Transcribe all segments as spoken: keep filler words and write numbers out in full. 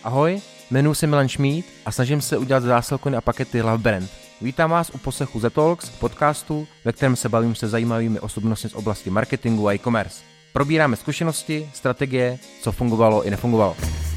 Ahoj, jmenuji se Milan Šmíd a snažím se udělat zásilkony a pakety Love Brand. Vítám vás u poslechu The Talks, podcastu, ve kterém se bavím se zajímavými osobnostmi z oblasti marketingu a e-commerce. Probíráme zkušenosti, strategie, co fungovalo i nefungovalo.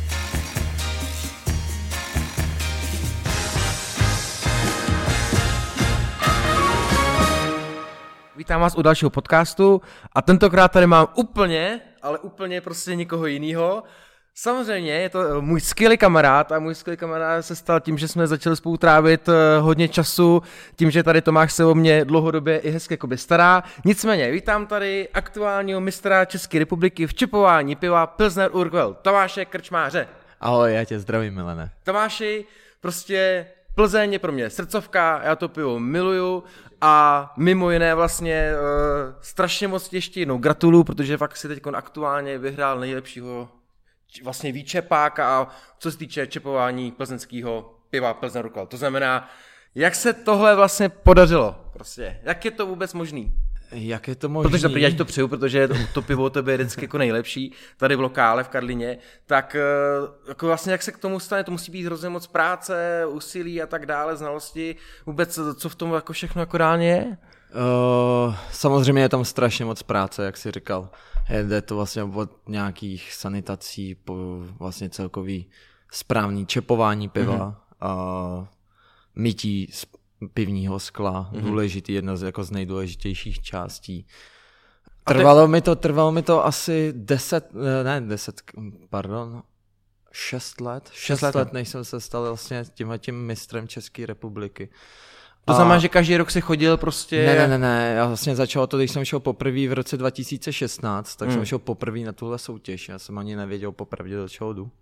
Vítám vás u dalšího podcastu a tentokrát tady mám úplně, ale úplně prostě někoho jiného. Samozřejmě je to můj skvělý kamarád a můj skvělý kamarád se stal tím, že jsme začali spolu trávit hodně času, tím, že tady Tomáš se o mě dlouhodobě i hezky jakoby stará. Nicméně vítám tady aktuálního mistra České republiky v čipování piva Pilsner Urquell, Tomáše Krčmáře. Ahoj, já tě zdravím, Milane. Tomáši, prostě Plzeň je pro mě srdcovka, já to pivo miluju a mimo jiné vlastně uh, strašně moc ještě jednou gratuluju, protože fakt si teď aktuálně vyhrál nejlepšího vlastně výčepáka a co se týče čepování plzeňského piva Pilsner Urquell. To znamená, jak se tohle vlastně podařilo? Prostě, jak je to vůbec možný? Jak je to možný? Protože to, já ti to přeju, protože to, to pivo to je vždycky jako nejlepší tady v lokále v Karlině, tak jako vlastně jak se k tomu stane, to musí být hrozně moc práce, úsilí a tak dále, znalosti, vůbec co v tom jako všechno jako reálně je? Uh, samozřejmě je tam strašně moc práce, jak jsi říkal. Jde to vlastně od nějakých sanitací po vlastně celkový správný čepování piva, mm-hmm. uh, mytí pivního skla, mm-hmm. důležitý, jedna z, jako z nejdůležitějších částí. Trvalo te... mi to, trvalo mi to asi deset, ne deset, pardon, šest let, šest let, let než jsem se stal vlastně tímhletím mistrem České republiky. To a... znamená, že každý rok si chodil prostě... Ne, ne, ne, ne, já vlastně začalo to, když jsem šel poprvé v roce dva tisíce šestnáct, tak hmm. jsem šel poprvé na tuhle soutěž, já jsem ani nevěděl popravdě, do čeho jdu.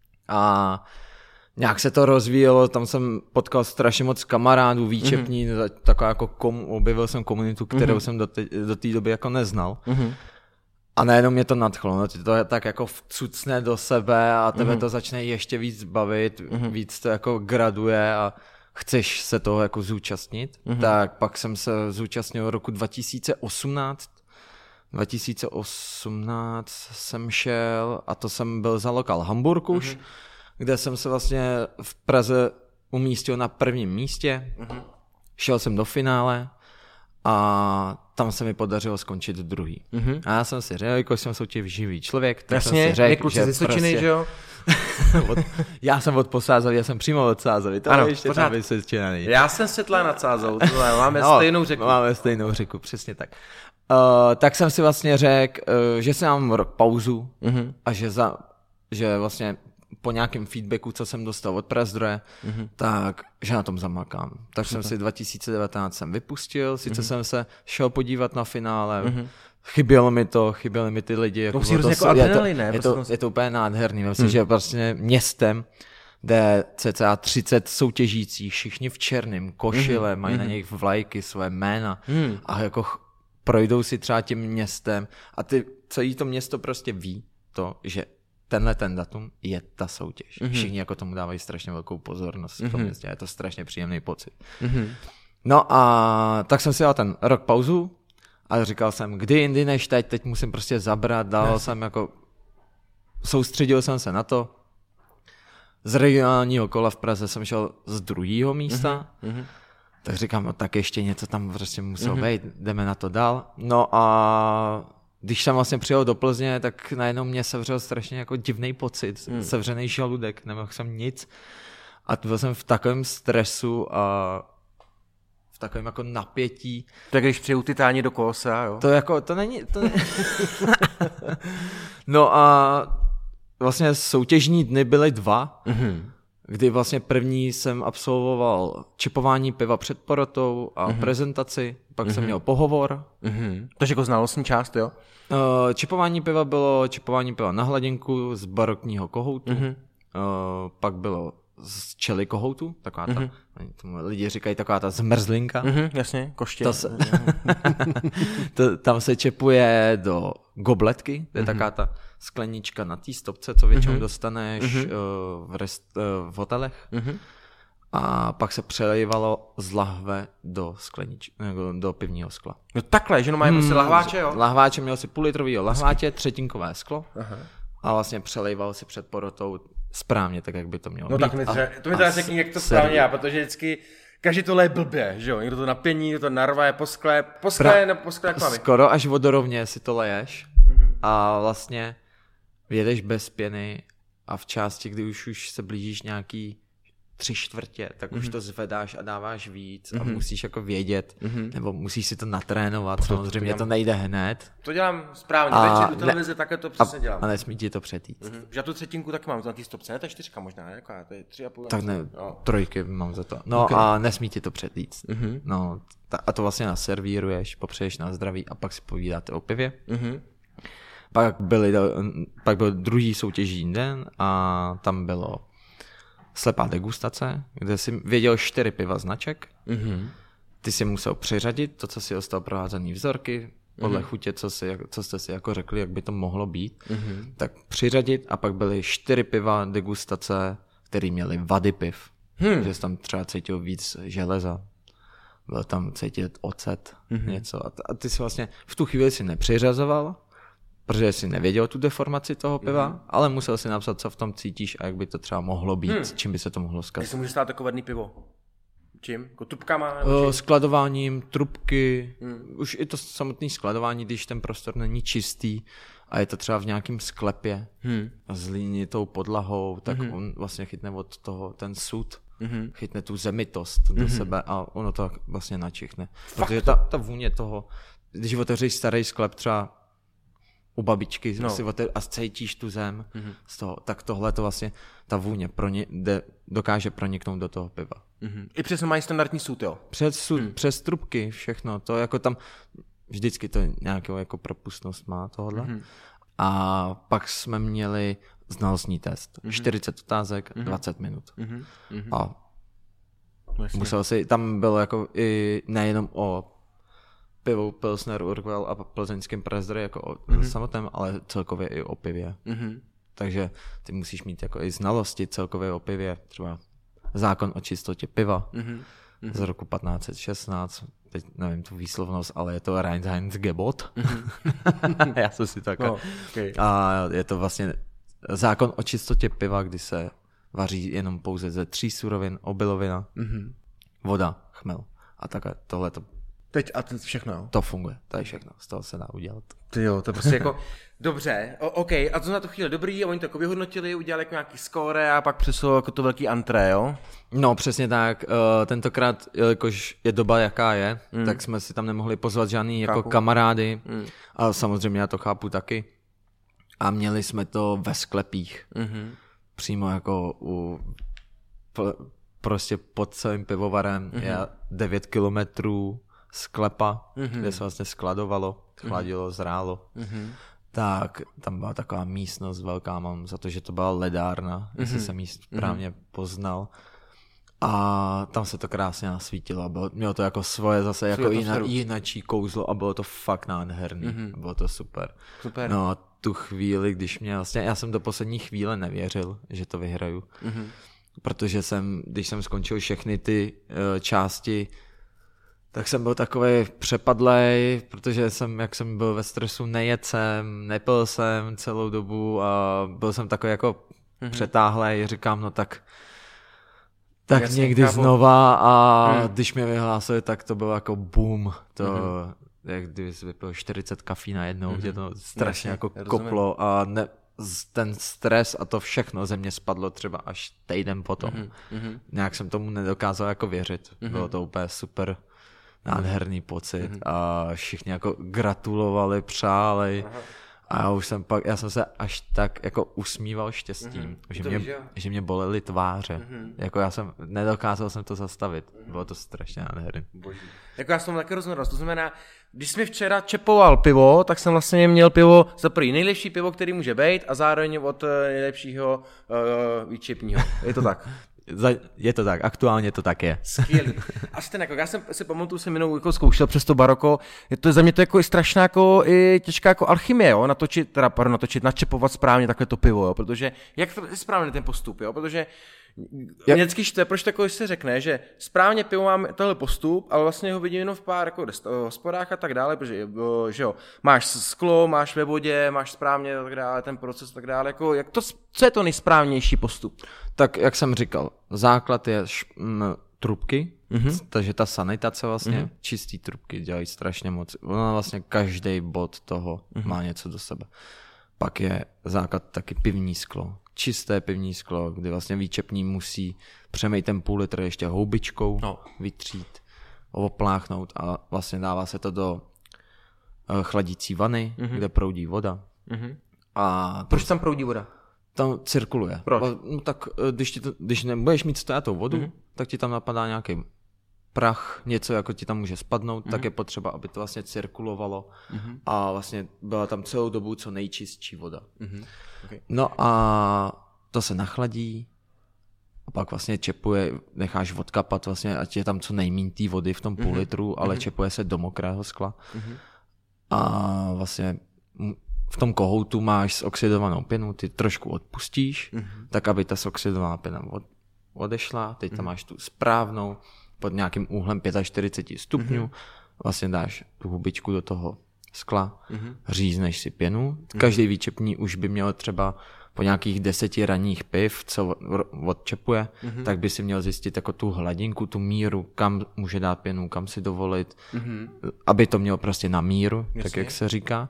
A nějak se to rozvíjelo, tam jsem potkal strašně moc kamarádů, výčepní, mm-hmm. taková jako kom, objevil jsem komunitu, kterou mm-hmm. jsem do té do té doby jako neznal. Mm-hmm. A najednou mě to nadchlo, no, to je tak jako vcucne do sebe a tebe mm-hmm. to začne ještě víc bavit, mm-hmm. víc to jako graduje a chceš se toho jako zúčastnit. Mm-hmm. Tak pak jsem se zúčastnil roku dva tisíce osmnáct. dva tisíce osmnáct jsem šel a to jsem byl za lokál Hamburg už, mm-hmm. kde jsem se vlastně v Praze umístil na prvním místě. Mm-hmm. Šel jsem do finále a tam se mi podařilo skončit druhý. Mm-hmm. A já jsem si řekl, jako jsem soutěž živý člověk, tak jasně, jsem si řekl, že prostě... že jo? od, já jsem od Posázavy, já jsem přímo od Sázavy, to ano, je ještě tam vysvětčený. Já jsem Světlá nad Sázavou, to znamená, máme no, stejnou řeku. Máme stejnou řeku, přesně tak. Uh, tak jsem si vlastně řekl, uh, že si mám rok pauzu mm-hmm. a že, za, že vlastně po nějakém feedbacku, co jsem dostal od Prazdroje, mm-hmm. tak že na tom zamakám. Tak Super. jsem si dva tisíce devatenáct jsem vypustil, sice mm-hmm. jsem se šel podívat na finále, mm-hmm. chybělo mi to, chyběly mi ty lidi. Jako to, to, jako adrenalin, ne? Je to, je to úplně nádherný. Myslím, hmm. že vlastně městem, kde cca třicet soutěžících, všichni v černém, košile, hmm. mají hmm. na nich vlajky, své jména hmm. a jako projdou si třeba tím městem a ty, celé to město prostě ví to, že tenhle ten datum je ta soutěž. Hmm. Všichni jako tomu dávají strašně velkou pozornost v tom hmm. městě. Je to strašně příjemný pocit. Hmm. No a tak jsem si dal ten rok pauzu, a říkal jsem, kdy jindy než teď, teď musím prostě zabrat, dal yes. jsem jako, soustředil jsem se na to. Z regionálního kola v Praze jsem šel z druhého místa, mm-hmm. tak říkám, no tak ještě něco tam prostě muselo mm-hmm. být, jdeme na to dál. No a když jsem vlastně přijel do Plzně, tak najednou mě sevřel strašně jako divný pocit, mm. sevřený žaludek, nemohl jsem nic a byl jsem v takovém stresu a takovým jako napětí. Tak když přijou titáni do kosa, jo? To jako, to není... To ne... no a vlastně soutěžní dny byly dva, mm-hmm. kdy vlastně první jsem absolvoval čipování piva před porotou a mm-hmm. prezentaci, pak mm-hmm. jsem měl pohovor. Mm-hmm. To je jako znalostní část, jo? Uh, čipování piva bylo čipování piva na hladinku z barokního kohoutu, mm-hmm. uh, pak bylo z čeli kohoutu, taková ta, mm-hmm. tomu lidi říkají taková ta zmrzlinka. Mm-hmm, jasně, koště. To se, to, tam se čepuje do gobletky, to je mm-hmm. taková ta sklenička na té stopce, co většinou mm-hmm. dostaneš mm-hmm. uh, v, rest, uh, v hotelech. Mm-hmm. A pak se přelejvalo z lahve do sklenič, do pivního skla. No takhle, že no mají prostě lahváče, jo? Lahváče, měl si půl litrovýho lahváče, třetinkové sklo. Aha. A vlastně přelejval si před porotou správně, tak jak by to mělo no, být. No tak mi třeba, to mi teda řekni, jak to správně já, protože vždycky každý tohle je blbě, že jo, někdo to napění, někdo to narvaje po skle, po skle Pra... nebo po skle, jak máme. Skoro až vodorovně si to leješ mm-hmm. a vlastně jedeš bez pěny a v části, kdy už, už se blížíš nějaký tři čtvrtě, tak mm-hmm. už to zvedáš a dáváš víc mm-hmm. a musíš jako vědět, mm-hmm. nebo musíš si to natrénovat, to, samozřejmě to, to nejde hned. To dělám správně, večer u televize takhle to přesně a, dělám. A nesmí ti to přetýct. Mm-hmm. Já tu třetinku taky mám na té stopce, ne, to je čtyřka možná, ne? Jaká, to je tři a půl. Tak ne, jo. Trojky mám za to. No okay. A nesmí ti to přetýct. Mm-hmm. No, ta, a to vlastně naservíruješ, popřeješ na zdraví a pak si povídáte o pivě. Mm-hmm. Pak, byli, pak byl druhý soutěžní den a tam bylo slepá degustace, kde si věděl čtyři piva značek. Mm-hmm. Ty si musel přiřadit to, co si dostal proházený vzorky, podle mm-hmm. chutě, co, si, co jste si jako řekli, jak by to mohlo být. Mm-hmm. Tak přiřadit a pak byly čtyři piva degustace, které měly vady piv. Hmm. Že jsi tam třeba cítil víc železa. Byl tam cítit ocet, mm-hmm. něco. A ty si vlastně v tu chvíli si nepřiřazoval, protože jsi nevěděl tu deformaci toho piva, mm-hmm. ale musel si napsat, co v tom cítíš a jak by to třeba mohlo být, hmm. čím by se to mohlo zkazit. Jestli může stát jako vadný pivo? Čím? Jako trubkama? Uh, skladováním, trubky, hmm. už i to samotné skladování, když ten prostor není čistý a je to třeba v nějakém sklepě hmm. a zlínitou podlahou, tak hmm. on vlastně chytne od toho ten sud, hmm. chytne tu zemitost do hmm. sebe a ono to vlastně načichne. Fakt? Protože ta, ta vůně toho, když otevřeš starý sklep třeba u babičky no. si otevř, a cítíš tu zem mm-hmm. z toho, tak tohle to vlastně, ta vůně proni, de, dokáže proniknout do toho piva. Mm-hmm. I přesně mají standardní sud, jo? Přes, sud, mm. přes trubky, všechno, to jako tam, vždycky to nějakou jako propustnost má tohle. Mm-hmm. A pak jsme měli znalostní test. Mm-hmm. čtyřicet otázek, mm-hmm. dvacet minut. Mm-hmm. A vlastně. Musel si, tam bylo jako i nejenom o pivu Pilsner Urquell a plzeňským Prezdry jako o mm-hmm. samotném, ale celkově i o pivě. Mm-hmm. Takže ty musíš mít jako i znalosti celkově o pivě, třeba zákon o čistotě piva mm-hmm. z roku patnáct set šestnáct, teď nevím tu výslovnost, ale je to Reinheitsgebot. Mm-hmm. Já jsem si tak. Oh, okay. A je to vlastně zákon o čistotě piva, kdy se vaří jenom pouze ze tří surovin, obilovina, mm-hmm. voda, chmel a takhle tohle to. Teď a teď všechno, jo? To funguje, to je všechno, z toho se dá udělat. Ty jo, to je prostě jako, dobře, o, OK, a to na tu chvíli dobrý, a oni to jako vyhodnotili, udělali jako nějaký skóre a pak přišlo jako to velký antré, jo? No, přesně tak, uh, tentokrát, jelikož je doba jaká je, mm. tak jsme si tam nemohli pozvat žádný chápu. Jako kamarády, mm. a samozřejmě já to chápu taky, a měli jsme to ve sklepích, mm-hmm. přímo jako u... prostě pod celým pivovarem mm-hmm. je devět kilometrů sklepa, mm-hmm. kde se vlastně skladovalo, chladilo, mm-hmm. zrálo. Mm-hmm. Tak tam byla taková místnost velká, mám za to, že to byla ledárna, mm-hmm. jestli jsem ji správně mm-hmm. poznal. A tam se to krásně nasvítilo. Bylo, mělo to jako svoje zase jako jina, jinačí kouzlo a bylo to fakt nádherný. Mm-hmm. Bylo to super. super. No a tu chvíli, když mě vlastně, já jsem do poslední chvíle nevěřil, že to vyhraju. Mm-hmm. Protože jsem, když jsem skončil všechny ty uh, části, tak jsem byl takový přepadlej, protože jsem, jak jsem byl ve stresu, nejedl jsem, nepil jsem celou dobu a byl jsem takový jako mm-hmm. přetáhlej, říkám, no tak tak Jasně, někdy chápu. Znova a mm. když mě vyhlásili, tak to bylo jako boom, to mm-hmm. jak kdyby jsi vypil čtyřicet kafí najednou, mm-hmm. kde to strašně Jasně, jako koplo a ne, ten stres a to všechno ze mě spadlo třeba až týden potom. Mm-hmm. Nějak jsem tomu nedokázal jako věřit, mm-hmm. bylo to úplně super. Nádherný pocit mm-hmm. a všichni jako gratulovali, přáli. Aha. A já už jsem pak, já jsem se až tak jako usmíval štěstím, mm-hmm. že, mě, víš, že mě bolely tváře. Mm-hmm. Jako já jsem, nedokázal jsem to zastavit. Mm-hmm. Bylo to strašně nádherný. Boží. Jako já jsem taky rozhodl, to znamená, když jsi mi včera čepoval pivo, tak jsem vlastně měl pivo za první nejlepší pivo, který může být a zároveň od nejlepšího uh, výčepního. Je to tak? Je to tak, aktuálně to tak je. Skvělý. A stejně, jako já jsem si pamatuju, jsem jenom jako zkoušel přes to baroko, je to za mě to jako i strašná jako i těžká jako alchymie, jo, natočit, teda pardon, natočit, načepovat správně takhle to pivo, jo, protože jak to je správně ten postup, jo, protože jak? Mě vždycky štve, proč takový se řekne, že správně pivo mám tenhle postup, ale vlastně ho vidím jenom v pár jako hospodách a tak dále, protože že jo, máš sklo, máš ve vodě, máš správně a tak dále, ten proces a tak dále, jako jak to co je to nejsprávnější postup? Tak jak jsem říkal, základ je š, m, trubky, mm-hmm. takže ta sanitace vlastně, mm-hmm. čistý trubky dělají strašně moc. Ona vlastně každý bod toho mm-hmm. má něco do sebe. Pak je základ taky pivní sklo. Čisté pivní sklo, kdy vlastně výčepní musí přemejt ten půl litr ještě houbičkou, no. vytřít, opláchnout a vlastně dává se to do uh, chladící vany, mm-hmm. kde proudí voda. Mm-hmm. A proč tam proudí voda? Tam cirkuluje. Proč? No, tak když, ti to, když nebudeš mít stojatou vodu, mm-hmm. tak ti tam napadá nějaký prach, něco jako ti tam může spadnout, mm-hmm. tak je potřeba, aby to vlastně cirkulovalo mm-hmm. a vlastně byla tam celou dobu co nejčistší voda. Mm-hmm. Okay. No a to se nachladí a pak vlastně čepuje, necháš odkapat vlastně, ať je tam co nejméně té vody v tom půl mm-hmm. litru, ale mm-hmm. čepuje se do mokrého skla. Mm-hmm. A vlastně v tom kohoutu máš zoxidovanou pěnu, ty trošku odpustíš, mm-hmm. tak aby ta zoxidovaná pěna od, odešla, teď tam mm-hmm. máš tu správnou, pod nějakým úhlem čtyřicet pět stupňů, mm-hmm. vlastně dáš tu hubičku do toho skla, mm-hmm. řízneš si pěnu, mm-hmm. každý výčepní už by měl třeba po nějakých deseti ranních piv, co odčepuje, mm-hmm. tak by si měl zjistit jako tu hladinku, tu míru, kam může dát pěnu, kam si dovolit, mm-hmm. aby to mělo prostě na míru, Jasně. tak jak se říká.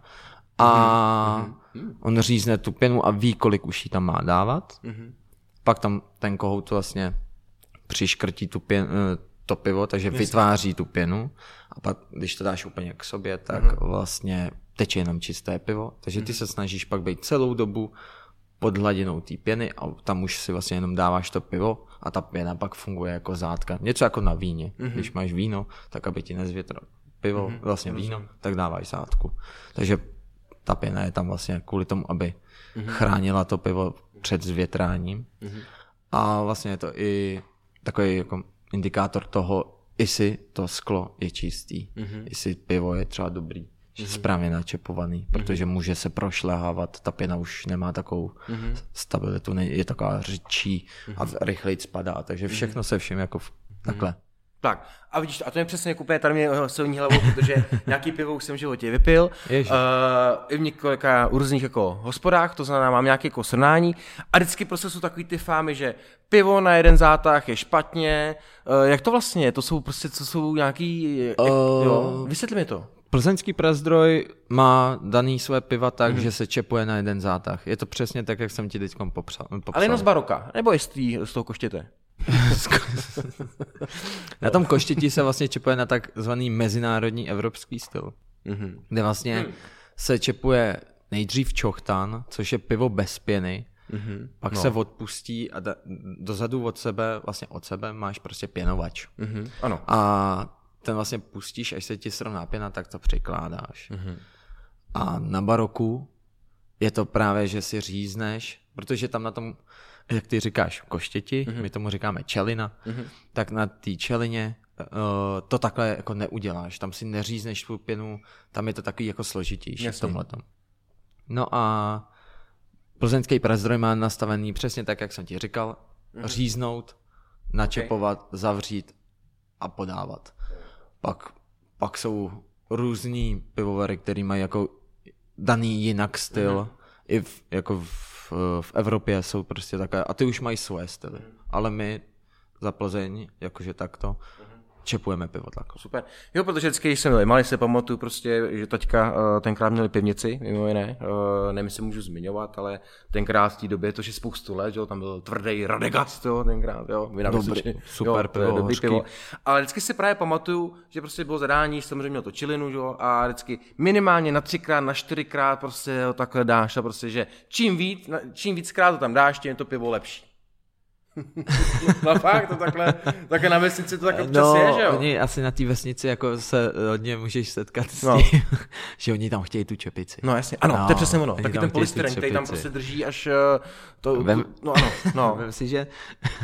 A mm-hmm. on řízne tu pěnu a ví, kolik už jí tam má dávat. Mm-hmm. Pak tam ten kohout vlastně přiškrtí tu pěnu, to pivo, takže Jasně. vytváří tu pěnu a pak, když to dáš úplně k sobě, tak mm-hmm. vlastně teče jenom čisté pivo, takže ty mm-hmm. se snažíš pak být celou dobu pod hladinou té pěny a tam už si vlastně jenom dáváš to pivo a ta pěna pak funguje jako zátka. Něco jako na víně. Mm-hmm. Když máš víno, tak aby ti nezvětro pivo, mm-hmm. vlastně víno, mm-hmm. tak dáváš zátku. Takže ta pěna je tam vlastně kvůli tomu, aby mm-hmm. chránila to pivo před zvětráním. Mm-hmm. A vlastně je to i takový jako indikátor toho, jestli to sklo je čistý, mm-hmm. jestli pivo je třeba dobrý, mm-hmm. správně načepovaný, protože mm-hmm. může se prošlehávat, ta pěna už nemá takovou mm-hmm. stabilitu, je taková řidčí mm-hmm. a rychleji spadá, takže všechno se vším jako v, takhle. Tak, a vidíš, a to je přesně jako úplně tady mě silní hlavou, protože nějaký pivo už jsem v životě vypil, uh, i v několika různých jako hospodách, to znamená, mám nějaké jako srovnání a vždycky prostě jsou takový ty fámy, že pivo na jeden zátah je špatně, uh, jak to vlastně je, to jsou prostě, co jsou nějaký, uh, jo, vysvětli mi to. Plzeňský Prazdroj má daný své piva tak, mm. že se čepuje na jeden zátah. Je to přesně tak, jak jsem ti teď popsal. popsal. Ale jenom z baroka, nebo jestli z toho koštěte? Na tom koštěti se vlastně čepuje na takzvaný mezinárodní evropský styl, mm-hmm. kde vlastně mm. se čepuje nejdřív čochtan, což je pivo bez pěny, mm-hmm. pak no. se odpustí a da, dozadu od sebe, vlastně od sebe máš prostě pěnovač. Mm-hmm. Ano. A ten vlastně pustíš, až se ti srovná pěna, tak to přikládáš. Mm-hmm. A na baroku je to právě, že si řízneš, protože tam na tom, jak ty říkáš, koštěti, mm-hmm. my tomu říkáme čelina, mm-hmm. tak na té čelině uh, to takhle jako neuděláš. Tam si neřízneš tu pěnu, tam je to takový jako složitější Jasně. v tomhletom. No a Plzeňský Prazdroj má nastavený přesně tak, jak jsem ti říkal, mm-hmm. říznout, načepovat, okay. zavřít a podávat. Pak, pak jsou různý pivovary, který mají jako daný jinak styl. Mm-hmm. I v, jako v, v Evropě jsou prostě takové, a ty už mají svoje styly. Mm-hmm. Ale my za Plzeň, jakože takto, mm-hmm. čepujeme pivo takto. Super. Jo, protože vždycky, když jsem byl malý, se pamatuju prostě, že taťka uh, tenkrát měli pivnici, mimo jiné, uh, nevím, jestli můžu zmiňovat, ale tenkrát v té době, to je spoustu let, jo, tam byl tvrdý Radegast, jo, tenkrát, jo. Dobrý, super jo, pivo, dobrý pivo. Ale vždycky si právě pamatuju, že prostě bylo zadání, samozřejmě měl to čilinu, jo, a vždycky minimálně na třikrát, na čtyřikrát prostě jo, takhle dáš a prostě, že čím víc, čím víckrát to tam dáš, tím je to pivo lepší. No fakt, to takhle, takhle na vesnici to tak občas no, je, že jo? Oni asi na té vesnici jako se hodně můžeš setkat s tím, no. že oni tam chtějí tu čepici. No jasně, ano, no, to je přesně ono. Taky ten polystyren, který tam prostě drží až to, Vem, no ano, no. Vem si, že...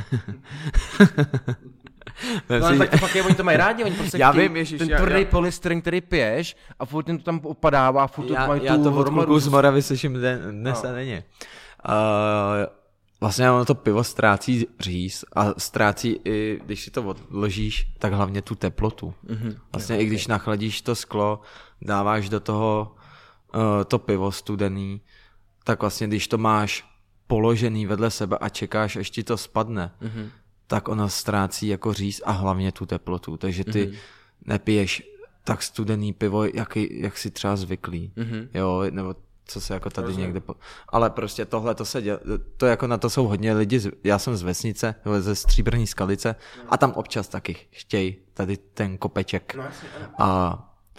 Vem no si, ale tak to fakt je, oni to mají rádi, oni prostě já chtějí, vím, ježiš, ten já, tvrdý já, polystyren, který piješ a furt to tam opadává, furt já, to mají já tu to od kluku z Moravy slyším dnes no. a denně. Uh, Vlastně ono to pivo ztrácí říz a ztrácí i, když si to odložíš, tak hlavně tu teplotu. Mm-hmm. Vlastně jo, i když okay. nachladíš to sklo, dáváš do toho uh, to pivo studený, tak vlastně když to máš položený vedle sebe a čekáš, až ti to spadne, mm-hmm. tak ona ztrácí jako říz a hlavně tu teplotu. Takže ty mm-hmm. nepiješ tak studený pivo, jaký, jak si třeba zvyklý. Mm-hmm. Jo, nebo co se jako tady Rozumím. někde... Po... Ale prostě tohle to se dělá, to jako na to jsou hodně lidi, já jsem z vesnice, ze Stříbrní Skalice a tam občas taky chtějí tady ten kopeček. No, jasně, a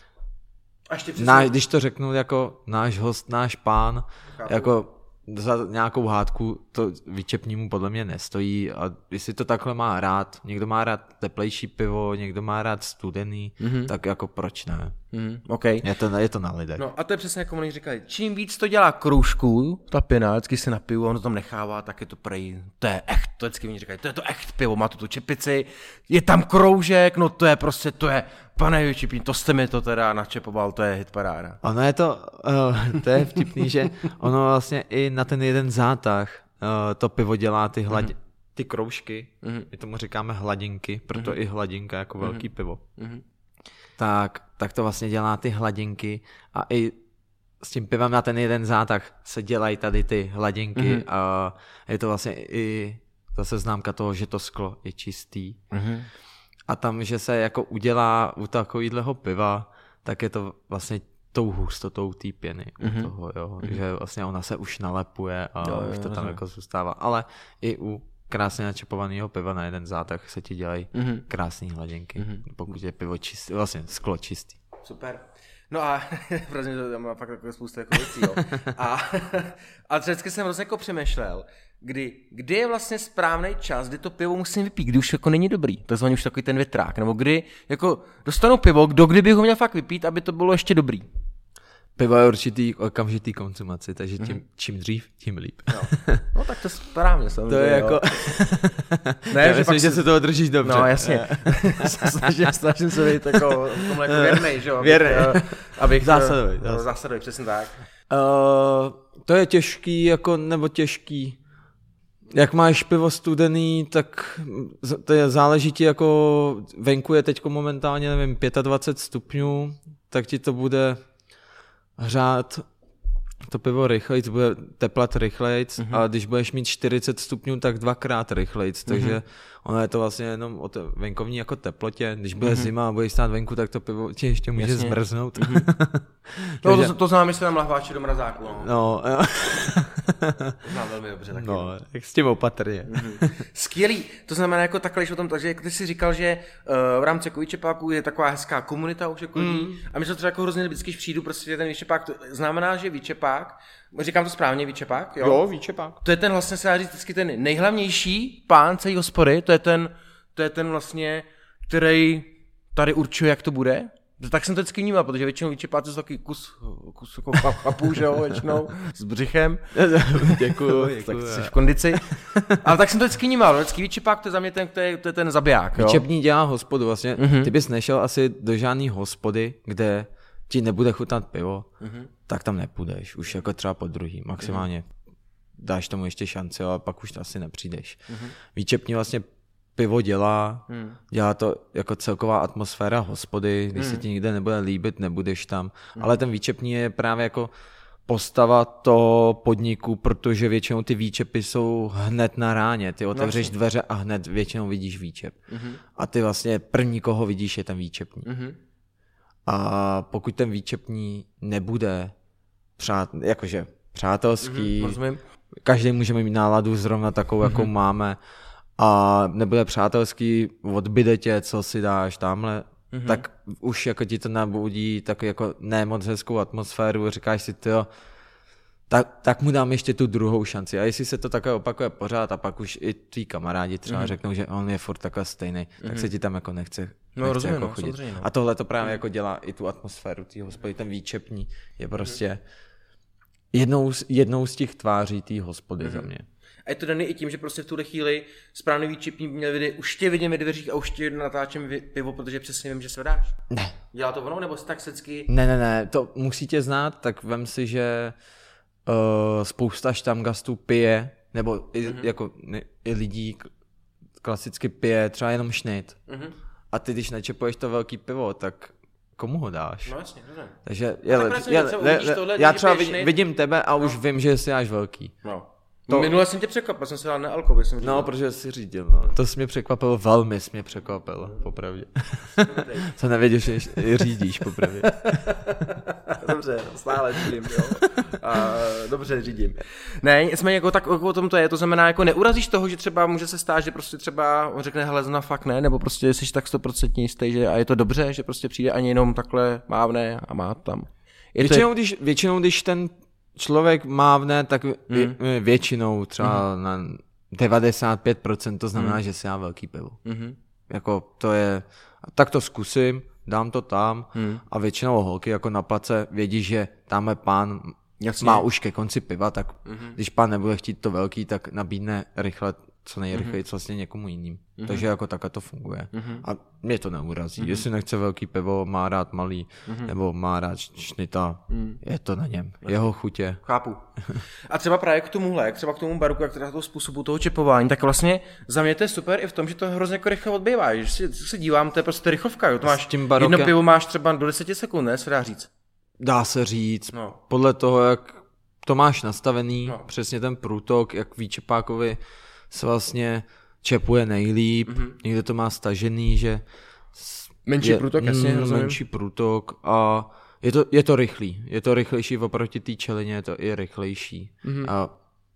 a náš, když to řeknu jako náš host, náš pán, Chápu. jako za nějakou hádku to vyčepnímu podle mě nestojí a jestli to takhle má rád, někdo má rád teplejší pivo, někdo má rád studený, mm-hmm. tak jako proč ne? Mm, okay. je, to, je to na lidech. No a to je přesně jako oni říkali, čím víc to dělá kroužků, ta pěna, vždycky se napiju a ono to tam nechává, tak je to prej, to je echt, to vždycky oni říkají, to je to echt pivo, má tu tu čepici, je tam kroužek, no to je prostě, to je, pane Vyčepín, to jste mi to teda načepoval, to je hitparáda. Ono je to, uh, to je vtipný, že ono vlastně i na ten jeden zátah uh, to pivo dělá ty hladě, mm-hmm. ty kroužky, mm-hmm. my tomu říkáme hladinky, proto mm-hmm. i hladinka jako mm-hmm. velký pivo. Mm-hmm. Tak, tak to vlastně dělá ty hladinky a i s tím pivem na ten jeden zátah se dělají tady ty hladinky mm-hmm. a je to vlastně i zase známka toho, že to sklo je čistý. Mm-hmm. A tam, že se jako udělá u takovýhleho piva, tak je to vlastně tou hustotou té pěny mm-hmm. u toho, jo. Mm-hmm. Že vlastně ona se už nalepuje a jo, už to jo, tam jo. jako zůstává. Ale i u krásně načepovaného piva na jeden zátah se ti dělají mm-hmm. krásné hladinky, mm-hmm. pokud je pivo čistý, vlastně sklo čistý. Super. No a protože to má fakt takové spoustu jako věcí, jo. A, a vždycky jsem vlastně jako přemýšlel, kdy, kdy je vlastně správný čas, kdy to pivo musím vypít, kdy už jako není dobrý, to je už takový ten větrák, nebo kdy jako dostanu pivo, kdo kdyby ho měl fakt vypít, aby to bylo ještě dobrý. Pivo je určitý okamžitý konzumaci, takže tím, čím dřív, tím líp. No, no tak to správně samozřejmě. To je jako... ne, já myslím, že se toho držíš dobře. No jasně. snažím, snažím se být jako v tomhle jako věrnej, že jo? Věrnej. Abych... Zásadový. No, zásadový, přesně tak. Uh, to je těžký, jako, nebo těžký. Jak máš pivo studený, tak to je, záleží ti jako... Venku je teďko momentálně, nevím, dvacet pět stupňů, tak ti to bude... hřát to pivo rychlejc, bude teplat rychlejc mm-hmm. a když budeš mít čtyřicet stupňů, tak dvakrát rychlejc, mm-hmm. takže ono je to vlastně jenom o té venkovní jako teplotě, když bude mm-hmm. zima a budeš stát venku, tak to pivo ti ještě může Jasně. zmrznout. Mm-hmm. no, takže... to, to znám, že se tam lahváči do mrazáku. No, no jo. To znám velmi dobře taky. No, tak s tím opatrně. Mm-hmm. Skvělý, to znamená jako takhle, o tom, takže jako ty jsi říkal, že uh, v rámci jako Vyčepáku je taková hezká komunita už jako lidí mm. a my se třeba jako hrozně vždycky, když přijdu, prostě ten Vyčepák, to znamená, že Vyčepák, říkám to správně, Vyčepák, jo? Jo, Vyčepák. To je ten vlastně, se dá říct, vždycky ten nejhlavnější pán celý hospody, to je ten, to je ten vlastně, který tady určuje, jak to bude. Tak jsem to vždycky vnímal, protože většinou Vyčepáci jsou takový kus, kus jako chlapů, že jo, většinou, s břichem. Děkuju, děkuju. Tak jsi v kondici. Ale tak jsem to vždycky vnímal, vždycky Vyčepák, to je za mě ten, to je, to je ten zabiják, jo. Vyčepní dělá hospodu vlastně, mm-hmm. ty bys nešel asi do žádný hospody, kde ti nebude chutnat pivo, mm-hmm. tak tam nepůjdeš, už jako třeba po druhý, maximálně mm-hmm. dáš tomu ještě šanci, ale pak už to asi nepřijdeš. Mm-hmm. Vyčepní vlastně pivo dělá, hmm. dělá to jako celková atmosféra hospody, když hmm. se ti nikde nebude líbit, nebudeš tam, hmm. ale ten výčepní je právě jako postava toho podniku, protože většinou ty výčepy jsou hned na ráně, ty otevřeš dveře a hned většinou vidíš výčep. Hmm. A ty vlastně první, koho vidíš, je ten výčepní. Hmm. A pokud ten výčepní nebude přát, jakože přátelský, hmm. každý můžeme mít náladu zrovna takovou, hmm. jakou máme, a nebude přátelský, odbyde tě, co si dáš tamhle, mm-hmm. tak už jako ti to nabudí tak jako ne moc hezkou atmosféru, říkáš si, tyjo, tak, tak mu dám ještě tu druhou šanci. A jestli se to takhle opakuje pořád a pak už i tví kamarádi třeba mm-hmm. řeknou, že on je furt takhle stejný, mm-hmm. tak se ti tam jako nechce, nechce no, rozumím, jako no, chodit. No. A tohle to právě mm-hmm. jako dělá i tu atmosféru té hospody, ten výčepní je prostě mm-hmm. jednou, z, jednou z těch tváří té hospody mm-hmm. za mě. A je to daný i tím, že prostě v tuhle chvíli správný výčepní měl vidět, už tě vidím ve dveřích a už tě natáčím pivo, protože přesně vím, že se dáš. Ne. Dělá to ono, nebo tak secky? Ne, ne, ne, to musí tě znát, tak vem si, že uh, spousta štamgastů pije, nebo i, mm-hmm. jako ne, i lidí klasicky pije třeba jenom šnit. Mm-hmm. A ty, když načepuješ to velký pivo, tak komu ho dáš? No jasně, dobře. Takže je, je, je, je, já třeba vidím, vidím tebe a už no. vím, že si dáš velký. No. To... Minule jsem tě překvapil, jsem se dal na alkohol. Jsem no, protože jsi řídil, no. To jsi mě překvapilo, velmi jsi mě překvapilo, popravdě. Co nevěděl, že řídíš, popravdě. Dobře, stále řídím, jo. A, dobře řídím. Ne, jsme jako tak jako o tom to je, to znamená, jako neurazíš toho, že třeba může se stát, že prostě třeba on řekne, hele, zna fakt ne, nebo prostě jsi tak stoprocentně jistý, že a je to dobře, že prostě přijde ani jenom takhle mávne a má tam. Je většinou, je... když, většinou, když ten člověk mávne, tak hmm. většinou třeba hmm. na devadesát pět procent to znamená, hmm. že si dá velký pivo. Hmm. Jako to je, tak to zkusím, dám to tam hmm. a většinou holky jako na place vědí, že tamhle pán Jasně. má už ke konci piva, tak hmm. když pán nebude chtít to velký, tak nabídne rychle, co nejrychleji mm-hmm. vlastně někomu jiným. Mm-hmm. Takže jako takhle to funguje. Mm-hmm. A mě to neurazí. Mm-hmm. Jestli nechce velký pivo, má rád malý, mm-hmm. nebo má rád šnita, mm. je to na něm. Vlastně. Jeho chutě. Chápu. A třeba právě k tomuhle, třeba k tomu baruku, jak teda toho způsobu toho čepování, tak vlastně za mě to je super i v tom, že to hrozně jako rychle odbývá. Když si, se dívám, to je prostě rychlovka. Jo? To máš barokem... jedno pivo máš třeba do deseti sekund, ne? Se dá říct. Dá se říct. No. Podle toho, jak to máš nastavený, no. přesně ten průtok, jak ví čepákovi se vlastně čepuje nejlíp, mm-hmm. někdo to má stažený, že menší je, průtok, jasně, mm, menší průtok a je to, je to rychlý, je to rychlejší oproti té čelině, je to i rychlejší mm-hmm. a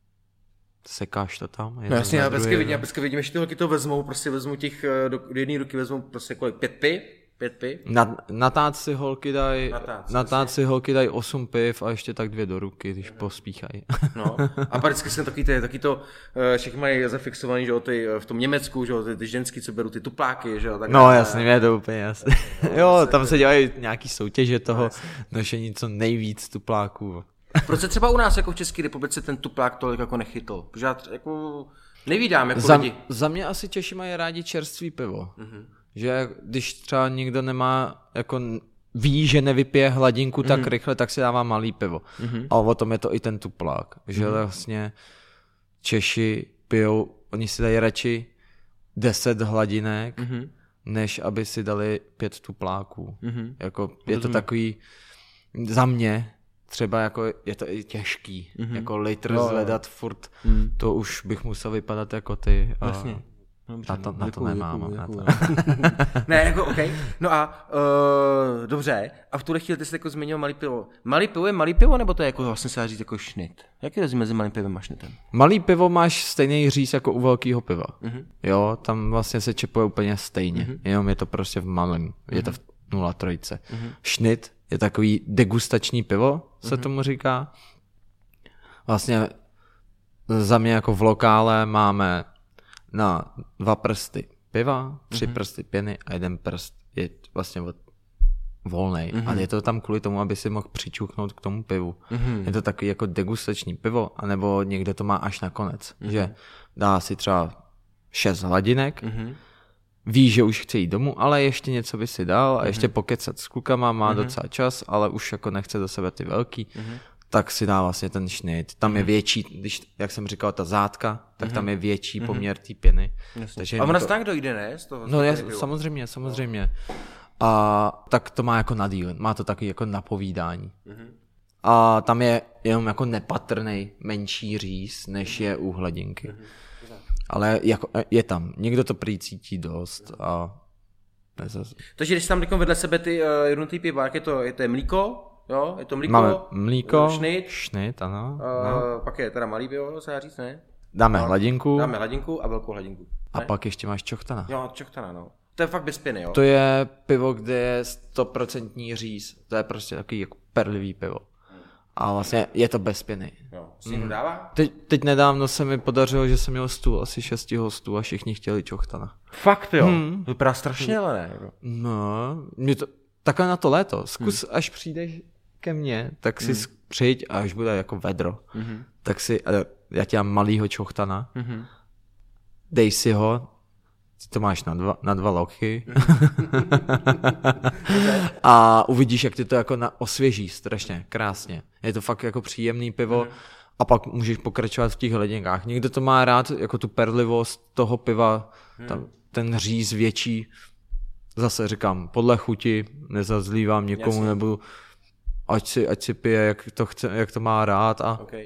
sekáš to tam. No jasně, já vždycky vidím, já vždycky vidím, že ty holky to vezmou, prostě vezmou těch, do, do jedné ruky vezmou prostě kolik, pět piv, pět piv. Na, na táci holky dají, na táci holky dají osm piv a ještě tak dvě do ruky, když pospíchají. No, a pak vždycky jsem taky, ty, taky to, všechny mají zafixovaný, že jo, ty, v tom Německu, že jo, ty, ty ženský, co berou ty tupláky, že jo. Tak no jasně, je to úplně jasné. Jo, tam se dělají nějaký soutěže toho nošení co nejvíc tupláků. Proč se třeba u nás jako v České republice ten tuplák tolik jako nechytl? Protože já jako nevídám jako za, lidi. Za mě asi Češi mají rádi čerstvý pivo. Mm-hmm. Že když třeba někdo nemá, jako ví, že nevypije hladinku mm-hmm. tak rychle, tak si dává malý pivo. Mm-hmm. A o tom je to i ten tuplák. Že mm-hmm. vlastně Češi pijou, oni si dají radši deset hladinek, mm-hmm. než aby si dali pět tupláků. Mm-hmm. Jako je to takový, za mě, třeba jako je to i těžký. Mm-hmm. Jako litr no, zvedat furt, mm. to už bych musel vypadat jako ty. A... Vlastně. Dobře, na to, na to nemám. Děkuju, děkuju. Na to. Ne, jako OK. No a uh, dobře. A v tuhle chvíli ty jsi jako zmínil malý pivo. Malý pivo je malý pivo, nebo to je jako vlastně se dá říct jako šnit? Jaký je rozdíl mezi malým pivem a šnitem? Malý pivo máš stejný říz jako u velkého piva. Uh-huh. Jo, tam vlastně se čepuje úplně stejně. Uh-huh. Jenom je to prostě v malém. Uh-huh. Je to v nula tři. Uh-huh. Šnit je takový degustační pivo, se uh-huh. tomu říká. Vlastně za mě jako v lokále máme na dva prsty piva, tři mm-hmm. prsty pěny a jeden prst je vlastně volnej. Mm-hmm. A je to tam kvůli tomu, aby si mohl přičuchnout k tomu pivu. Mm-hmm. Je to takový jako degustační pivo, anebo někde to má až na konec. Mm-hmm. Že dá si třeba šest hladinek, mm-hmm. ví, že už chce jít domů, ale ještě něco by si dal a mm-hmm. ještě pokecat s klukama, má mm-hmm. docela čas, ale už jako nechce do sebe ty velký. Mm-hmm. Tak si dá vlastně ten šnit. Tam mm. je větší, když, jak jsem říkal, ta zátka, tak mm. tam je větší mm. poměr té pěny. Takže a ona to... tak dojde, ne? Z toho, no je, samozřejmě, samozřejmě. A tak to má jako nadíl, má to taky jako napovídání. Mm. A tam je jenom jako nepatrnej menší říz, než je u hladinky. Mm. Ale jako, je tam. Někdo to prý cítí dost a... Nezaz... Takže když tam teď vedle sebe ty uh, jednotý piva, jak je to, je to mlíko? Jo, je to mlíko, máme mlíko, šnit, šnit ano, uh, no. Pak je teda malý pivo, se dá říct, ne? Dáme no, hladinku. Dáme hladinku a velkou hladinku. A ne? Pak ještě máš čochtana. Jo, čochtana, no. To je fakt bez pěny, jo. To je pivo, kde je sto procent říz. To je prostě takový jako perlivý pivo. A vlastně je to bez pěny. Jo, si někdo dává? Teď, teď nedávno se mi podařilo, že jsem měl stůl asi šesti hostů a všichni chtěli čochtana. Fakt jo? Hmm. Vypadá strašně, ale ne. No, mě to, takhle na to léto. Zkus, hmm. až přijdeš ke mně, tak si hmm. přijď a až bude jako vedro. Hmm. Tak si, já ti dám malýho čochtana, hmm. dej si ho, ty to máš na dva, na dva lochy a uvidíš, jak ty to jako na, osvěží strašně, krásně. Je to fakt jako příjemný pivo hmm. a pak můžeš pokračovat v těch hladinkách. Někdo to má rád, jako tu perlivost toho piva, hmm. tam, ten říz větší. Zase říkám, podle chuti, nezazlívám někomu, Jasně. nebudu, ať si, ať si pije, jak to chce, jak to má rád. A... Okay.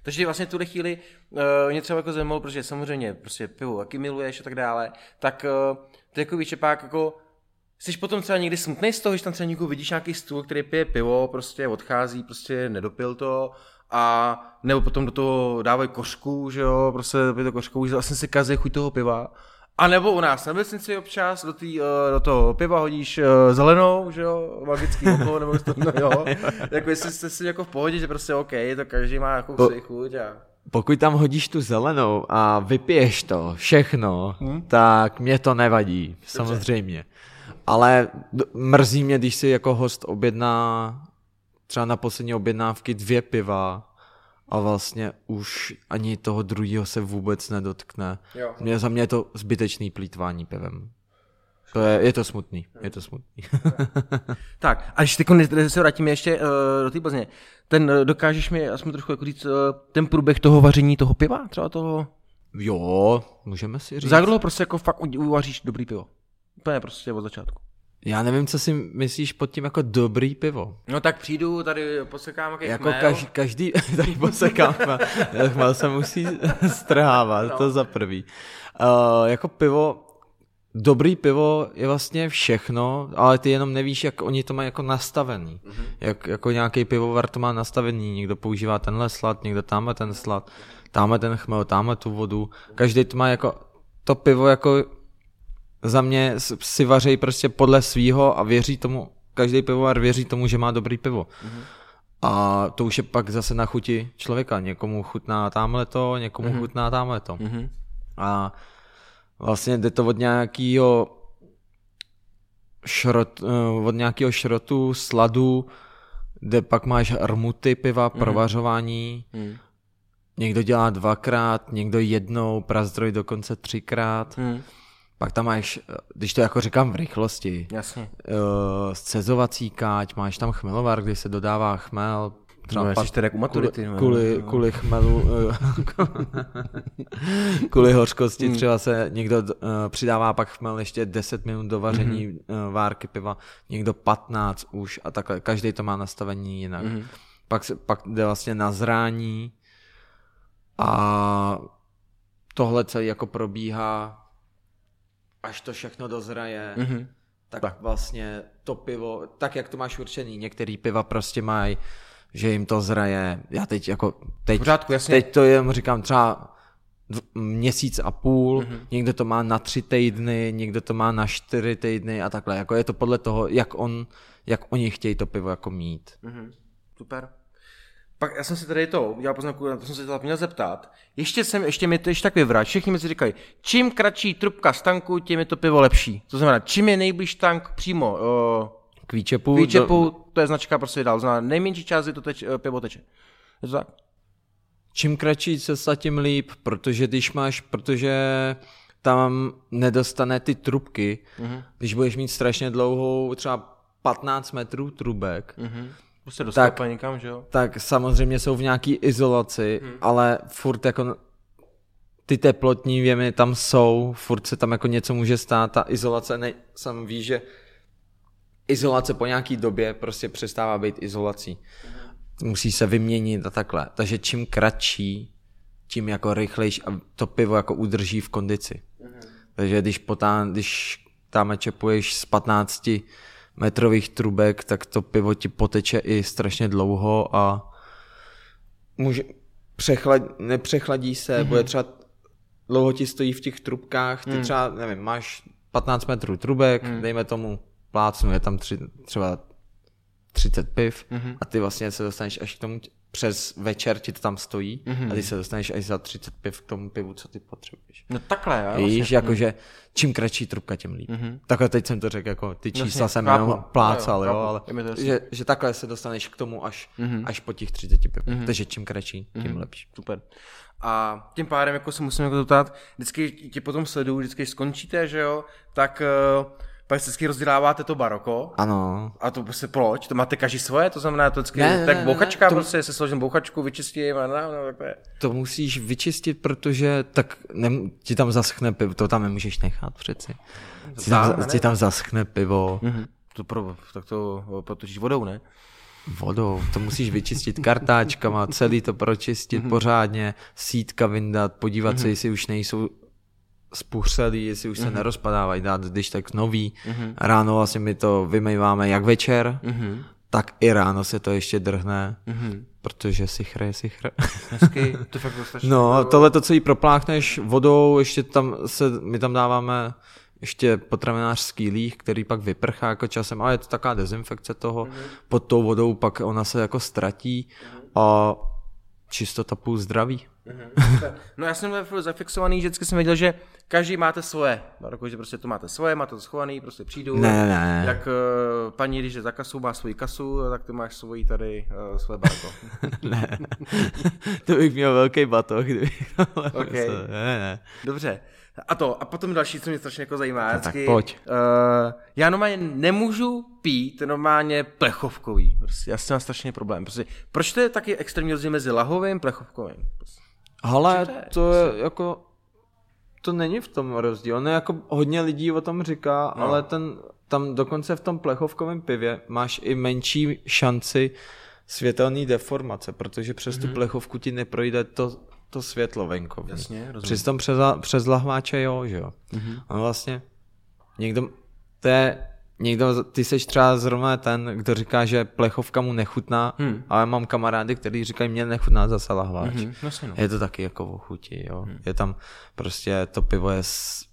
Takže vlastně v tuhle chvíli uh, mě třeba jako zajímalo, protože samozřejmě prostě pivo taky miluješ a tak dále, tak uh, ty jako výčepák jako jsi potom třeba někdy smutnej z toho, že tam třeba někoho vidíš nějaký stůl, který pije pivo, prostě odchází, prostě nedopil to a nebo potom do toho dávají kořku, že jo, prostě pije to kořku, že vlastně se kazí chuť toho piva. A nebo u nás na vesnici občas do, tý, do toho piva hodíš zelenou, že jo, magický oko, nebo to, no jo, jako jestli jste si jako v pohodě, že prostě OK, to každý má jako po, chuť a... Pokud tam hodíš tu zelenou a vypiješ to všechno, hmm? tak mě to nevadí, dobře. Samozřejmě. Ale mrzí mě, když si jako host objedná třeba na poslední objednávky dvě piva a vlastně už ani toho druhého se vůbec nedotkne. Jo. Mě, za mě je to zbytečný plýtvání pivem. To je, je to smutný, je to smutný. Tak, a když teď se vrátíme ještě uh, do té Plzně, ten uh, dokážeš mi aspoň trošku jako říct uh, ten průběh toho vaření toho piva, třeba toho? Jo, můžeme si říct. Za dlouho prostě jako fakt uvaříš dobrý pivo. Úplně prostě od začátku. Já nevím, co si myslíš pod tím jako dobrý pivo. No tak přijdu, tady posekám jaký jako chmel. Kaž, každý, tady posekám chmel. Chmel se musí strhávat, no. To za prvý. Uh, jako pivo, dobrý pivo je vlastně všechno, ale ty jenom nevíš, jak oni to mají jako nastavený. Mm-hmm. Jak, jako nějaký pivovar to má nastavený, někdo používá tenhle slad, někdo tamhle ten slad, tamhle ten chmel, tamhle tu vodu. Každý to má jako, to pivo jako za mě si vaří prostě podle svýho a věří tomu, každý pivovar věří tomu, že má dobrý pivo. Mm-hmm. A to už je pak zase na chuti člověka. Někomu chutná támhleto, někomu mm-hmm. chutná támhleto. Mm-hmm. A vlastně jde to od nějakého šrot, od nějakého šrotu, sladu, kde pak máš rmuty piva, mm-hmm. provařování. Mm-hmm. Někdo dělá dvakrát, někdo jednou, prazdroj dokonce třikrát. Mm-hmm. Pak tam máš, když to jako říkám v rychlosti, jasně. Scezovací káť, máš tam chmelovar, kdy se dodává chmel. Třeba no, pat, u maturity, kvůli, kvůli, no. kvůli chmelu, kvůli hořkosti mm. třeba se někdo uh, přidává pak chmel ještě deset minut do vaření mm-hmm. uh, várky piva, někdo patnáct už a takhle, každý to má nastavení jinak. Mm-hmm. Pak, se, pak jde vlastně na zrání a tohle celé jako probíhá, až to všechno dozraje, mm-hmm. tak, tak vlastně to pivo, tak jak to máš určený, některý piva prostě mají, že jim to zraje, já teď jako, teď, pořádku, teď to jenom říkám třeba dv, měsíc a půl, mm-hmm. někdo to má na tři týdny, někdo to má na čtyři týdny a takhle, jako je to podle toho, jak on, jak oni chtějí to pivo jako mít. Mm-hmm. Super. Pak já jsem si tady to udělal poznámku, na to jsem se to měl zeptat. Ještě jsem, ještě mi to ještě tak vyvrát. Všichni mi si říkají, čím kratší trubka z tanku, tím je to pivo lepší. To znamená, čím je nejblíž tank přímo uh, k výčepu, k výčepu do... to je značka prostě dál. Znamená, nejmenší část je to teč, uh, pivo teče. Je to tak? Čím kratší cesta, tím líp, protože když máš, protože tam nedostane ty trubky, mm-hmm. když budeš mít strašně dlouhou, třeba patnáct metrů trubek, mm-hmm. Prostě tak, někam, že jo? Tak samozřejmě jsou v nějaký izolaci, hmm. ale furt jako ty teplotní věmy tam jsou, furt se tam jako něco může stát, ta izolace, ne, sam ví, že izolace po nějaký době prostě přestává být izolací. Hmm. Musí se vyměnit a takhle. Takže čím kratší, tím jako rychlejší a to pivo jako udrží v kondici. Hmm. Takže když, potá, když tam čepuješ z patnácti metrových trubek, tak to pivo ti poteče i strašně dlouho a může, přechlad, nepřechladí se, mm-hmm. bude třeba dlouho ti stojí v těch trubkách, ty mm. třeba, nevím, máš patnáct metrů trubek, mm. dejme tomu plácnu, je tam tři, třeba třicet piv mm-hmm. a ty vlastně se dostaneš až k tomu, přes večer ti to tam stojí mm-hmm. a ty se dostaneš až za třicet piv k tomu pivu, co ty potřebuješ. No takhle, jo. Víš, vlastně. Jakože čím kratší trubka, tím líp. Mm-hmm. Takhle teď jsem to řekl, jako ty čísla vlastně, jsem jenom plácal, jo, jo, ale že, že takhle se dostaneš k tomu až, mm-hmm. až po těch třiceti piv. Mm-hmm. Takže čím kratší, tím mm-hmm. lepší. Super. A tím pádem jako se musím jako zeptat, vždycky tě potom sleduju, vždycky když skončíte, že jo, tak uh, pak vždycky rozděláváte to baroko. Ano. A to prostě proč? To máte každý svoje? To znamená, to vždycky ne, tak ne, bouchačka, ne, to... prostě se složím bouchačku, vyčistím a no, no, takhle. To musíš vyčistit, protože tak ne, ti tam zaschne pivo, to tam nemůžeš nechat přeci. Ti tam, ti tam zaschne pivo. Mm-hmm. To pro, tak to potočíš vodou, ne? Vodou, to musíš vyčistit kartáčkama, celý to pročistit mm-hmm. pořádně, sítka vyndat, podívat mm-hmm. se, jestli už nejsou spuchřelý, jestli už mm-hmm. se nerozpadávají, dát když tak nový. Mm-hmm. Ráno vlastně my to vymýváme jak večer, mm-hmm. tak i ráno se to ještě drhne, mm-hmm. protože sichr je sichr. Hezky, to fakt dostačí. No, tohle to, co jí propláchneš vodou, ještě tam se, my tam dáváme ještě potravinářský líh, který pak vyprchá jako časem, ale je to taková dezinfekce toho, mm-hmm. pod tou vodou pak ona se jako ztratí mm-hmm. a čistota půl zdraví. Mm-hmm. No já jsem zafixovaný, vždycky jsem věděl, že každý máte svoje, že prostě to máte svoje, máte to schovaný, prostě přijdou. Ne, ne. Jak uh, paní, když je za kasu, má svoji kasu, tak ty máš svoji tady uh, své barko. Ne, to bych měl velký batoh, kdybych okay. Ne, ne. Dobře. A to, a potom další, co mě strašně jako zajímá. No, vždycky, tak pojď. Uh, já normálně nemůžu pít normálně plechovkový. Prostě, já jsem mám strašně problém. Prostě, proč to je taky extrémní rozdíl mezi lahovým a plechovkovým? Prostě. Ale to je jako, to není v tom rozdíl. Ono jako hodně lidí o tom říká, no. ale ten, tam dokonce v tom plechovkovém pivě máš i menší šanci světelné deformace, protože přes mm-hmm. tu plechovku ti neprojde to to světlo venkovní. Jasně, rozumím. Přes tom přes, přes lahváče, jo, že jo. Mm-hmm. A vlastně někdo, to je, někdo, ty seš třeba zrovna ten, kdo říká, že plechovka mu nechutná, hmm. ale mám kamarády, kteří říkají, mě nechutná zase lahváč. Mm-hmm. Vlastně, no. Je to taky jako o chuti, jo. Hmm. Je tam prostě, to pivo je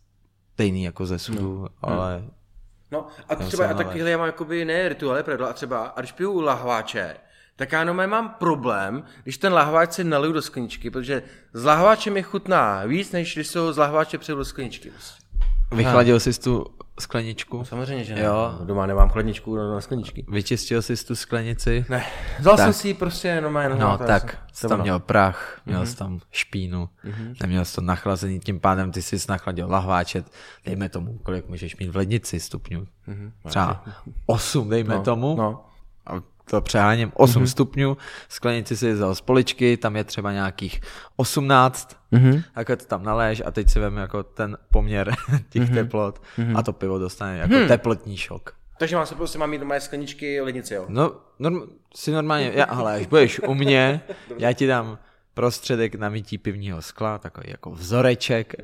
stejný jako ze sudu, hmm. ale... No a třeba a takhle já mám jakoby ne rituály, pravda, a třeba, a když piju lahváče, tak já jenom mám problém, když ten lahváč si naliju do skleničky, protože s lahváčem je chutná víc, než když se ho z lahváče přeju do skleničky. Vychladil jsi tu skleničku? No, samozřejmě, že ne. Jo. Doma nemám chladničku na skleničky. Vyčistil jsi tu sklenici? Ne, vzal jsem si ji prostě jenom jenom. No tak, jsi tam měl prach, měl mm-hmm. jsi tam špínu, mm-hmm. neměl jsi to nachlazený, tím pádem ty jsi nachladil lahváčet, dejme tomu, kolik můžeš mít v lednici stupňů. Mm-hmm. Třeba osm, dejme no, tomu. No. A to přeháním, osm mm-hmm. stupňů, sklenici si vzal z poličky, tam je třeba nějakých osmnáct, mm-hmm. tak to tam naléž a teď si vem jako ten poměr těch mm-hmm. teplot mm-hmm. a to pivo dostane jako hmm. teplotní šok. Takže mám se prostě mám mít doma skleničky lednici, jo? No, norm, si normálně, já, hele, až budeš u mě, já ti dám prostředek na mytí pivního skla, takový jako vzoreček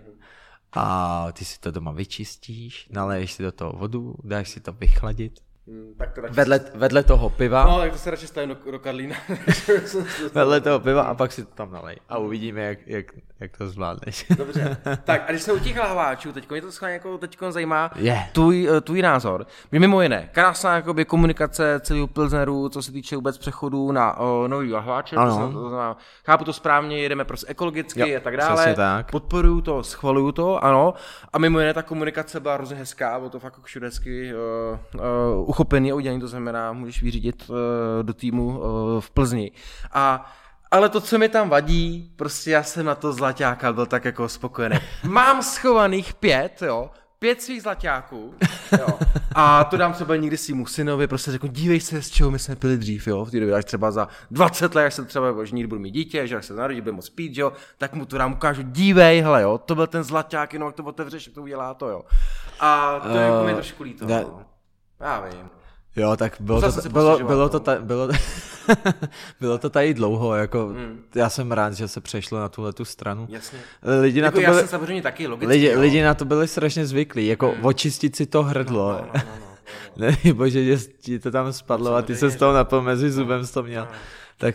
a ty si to doma vyčistíš, naléješ si do toho vodu, dáš si to vychladit. Hmm, tak to vedle, vedle toho piva. No, tak to se radši stavím do, do Karlína. Vedle toho piva a pak si to tam nalej. A uvidíme, jak, jak, jak to zvládneš. Dobře. Tak a když jsme u těch lahváčů, teď mě to schválně jako teď zajímá yeah. tvůj, tvůj názor. Mě mimo jiné, krásná jakoby, komunikace celého Pilsneru, co se týče vůbec přechodu na o, nový lahváče. To, to znamená, chápu to správně, jedeme prostě ekologicky jo, a tak dále. Tak. Podporuju to, schvaluju to, ano. A mimo jiné ta komunikace byla hrozně hezká, bylo to fakt všude hezky uh, uh, uchopený a udělaný, to znamená, můžeš vyřídit uh, do týmu uh, v Plzni. A ale to, co mi tam vadí, prostě já jsem na to zlaťáka byl tak jako spokojený. Mám schovaných pět, jo, pět svých zlaťáků, jo, a to dám třeba někdy svýmu synovi, prostě řeknu, dívej se, z čeho my jsme pili dřív, jo, v té době, až třeba za dvacet let, až se třeba, že někdy budu mít dítě, že až se narodí, bude moc pít, jo, tak mu to dám, ukážu, dívej, hele, jo, to byl ten zlaťák, jenom jak to otevřeš, jak to udělá to, jo. A to uh, jako mi trošku líto, ne. Já vím. Jo, tak bylo to, to, bylo, bylo, to ta, bylo, bylo to tady dlouho, jako hmm. já jsem rád, že se přešlo na tuhletu stranu. Jasně. Lidi jako na to já byli, jsem samozřejmě taky logicky. Lidi, lidi na to byli strašně zvyklí, jako hmm. očistit si to hrdlo. No, no, no, no, no. Ne, bože, že ti to tam spadlo a ty se z toho napil mezi zubem jsi to měl. No. Tak,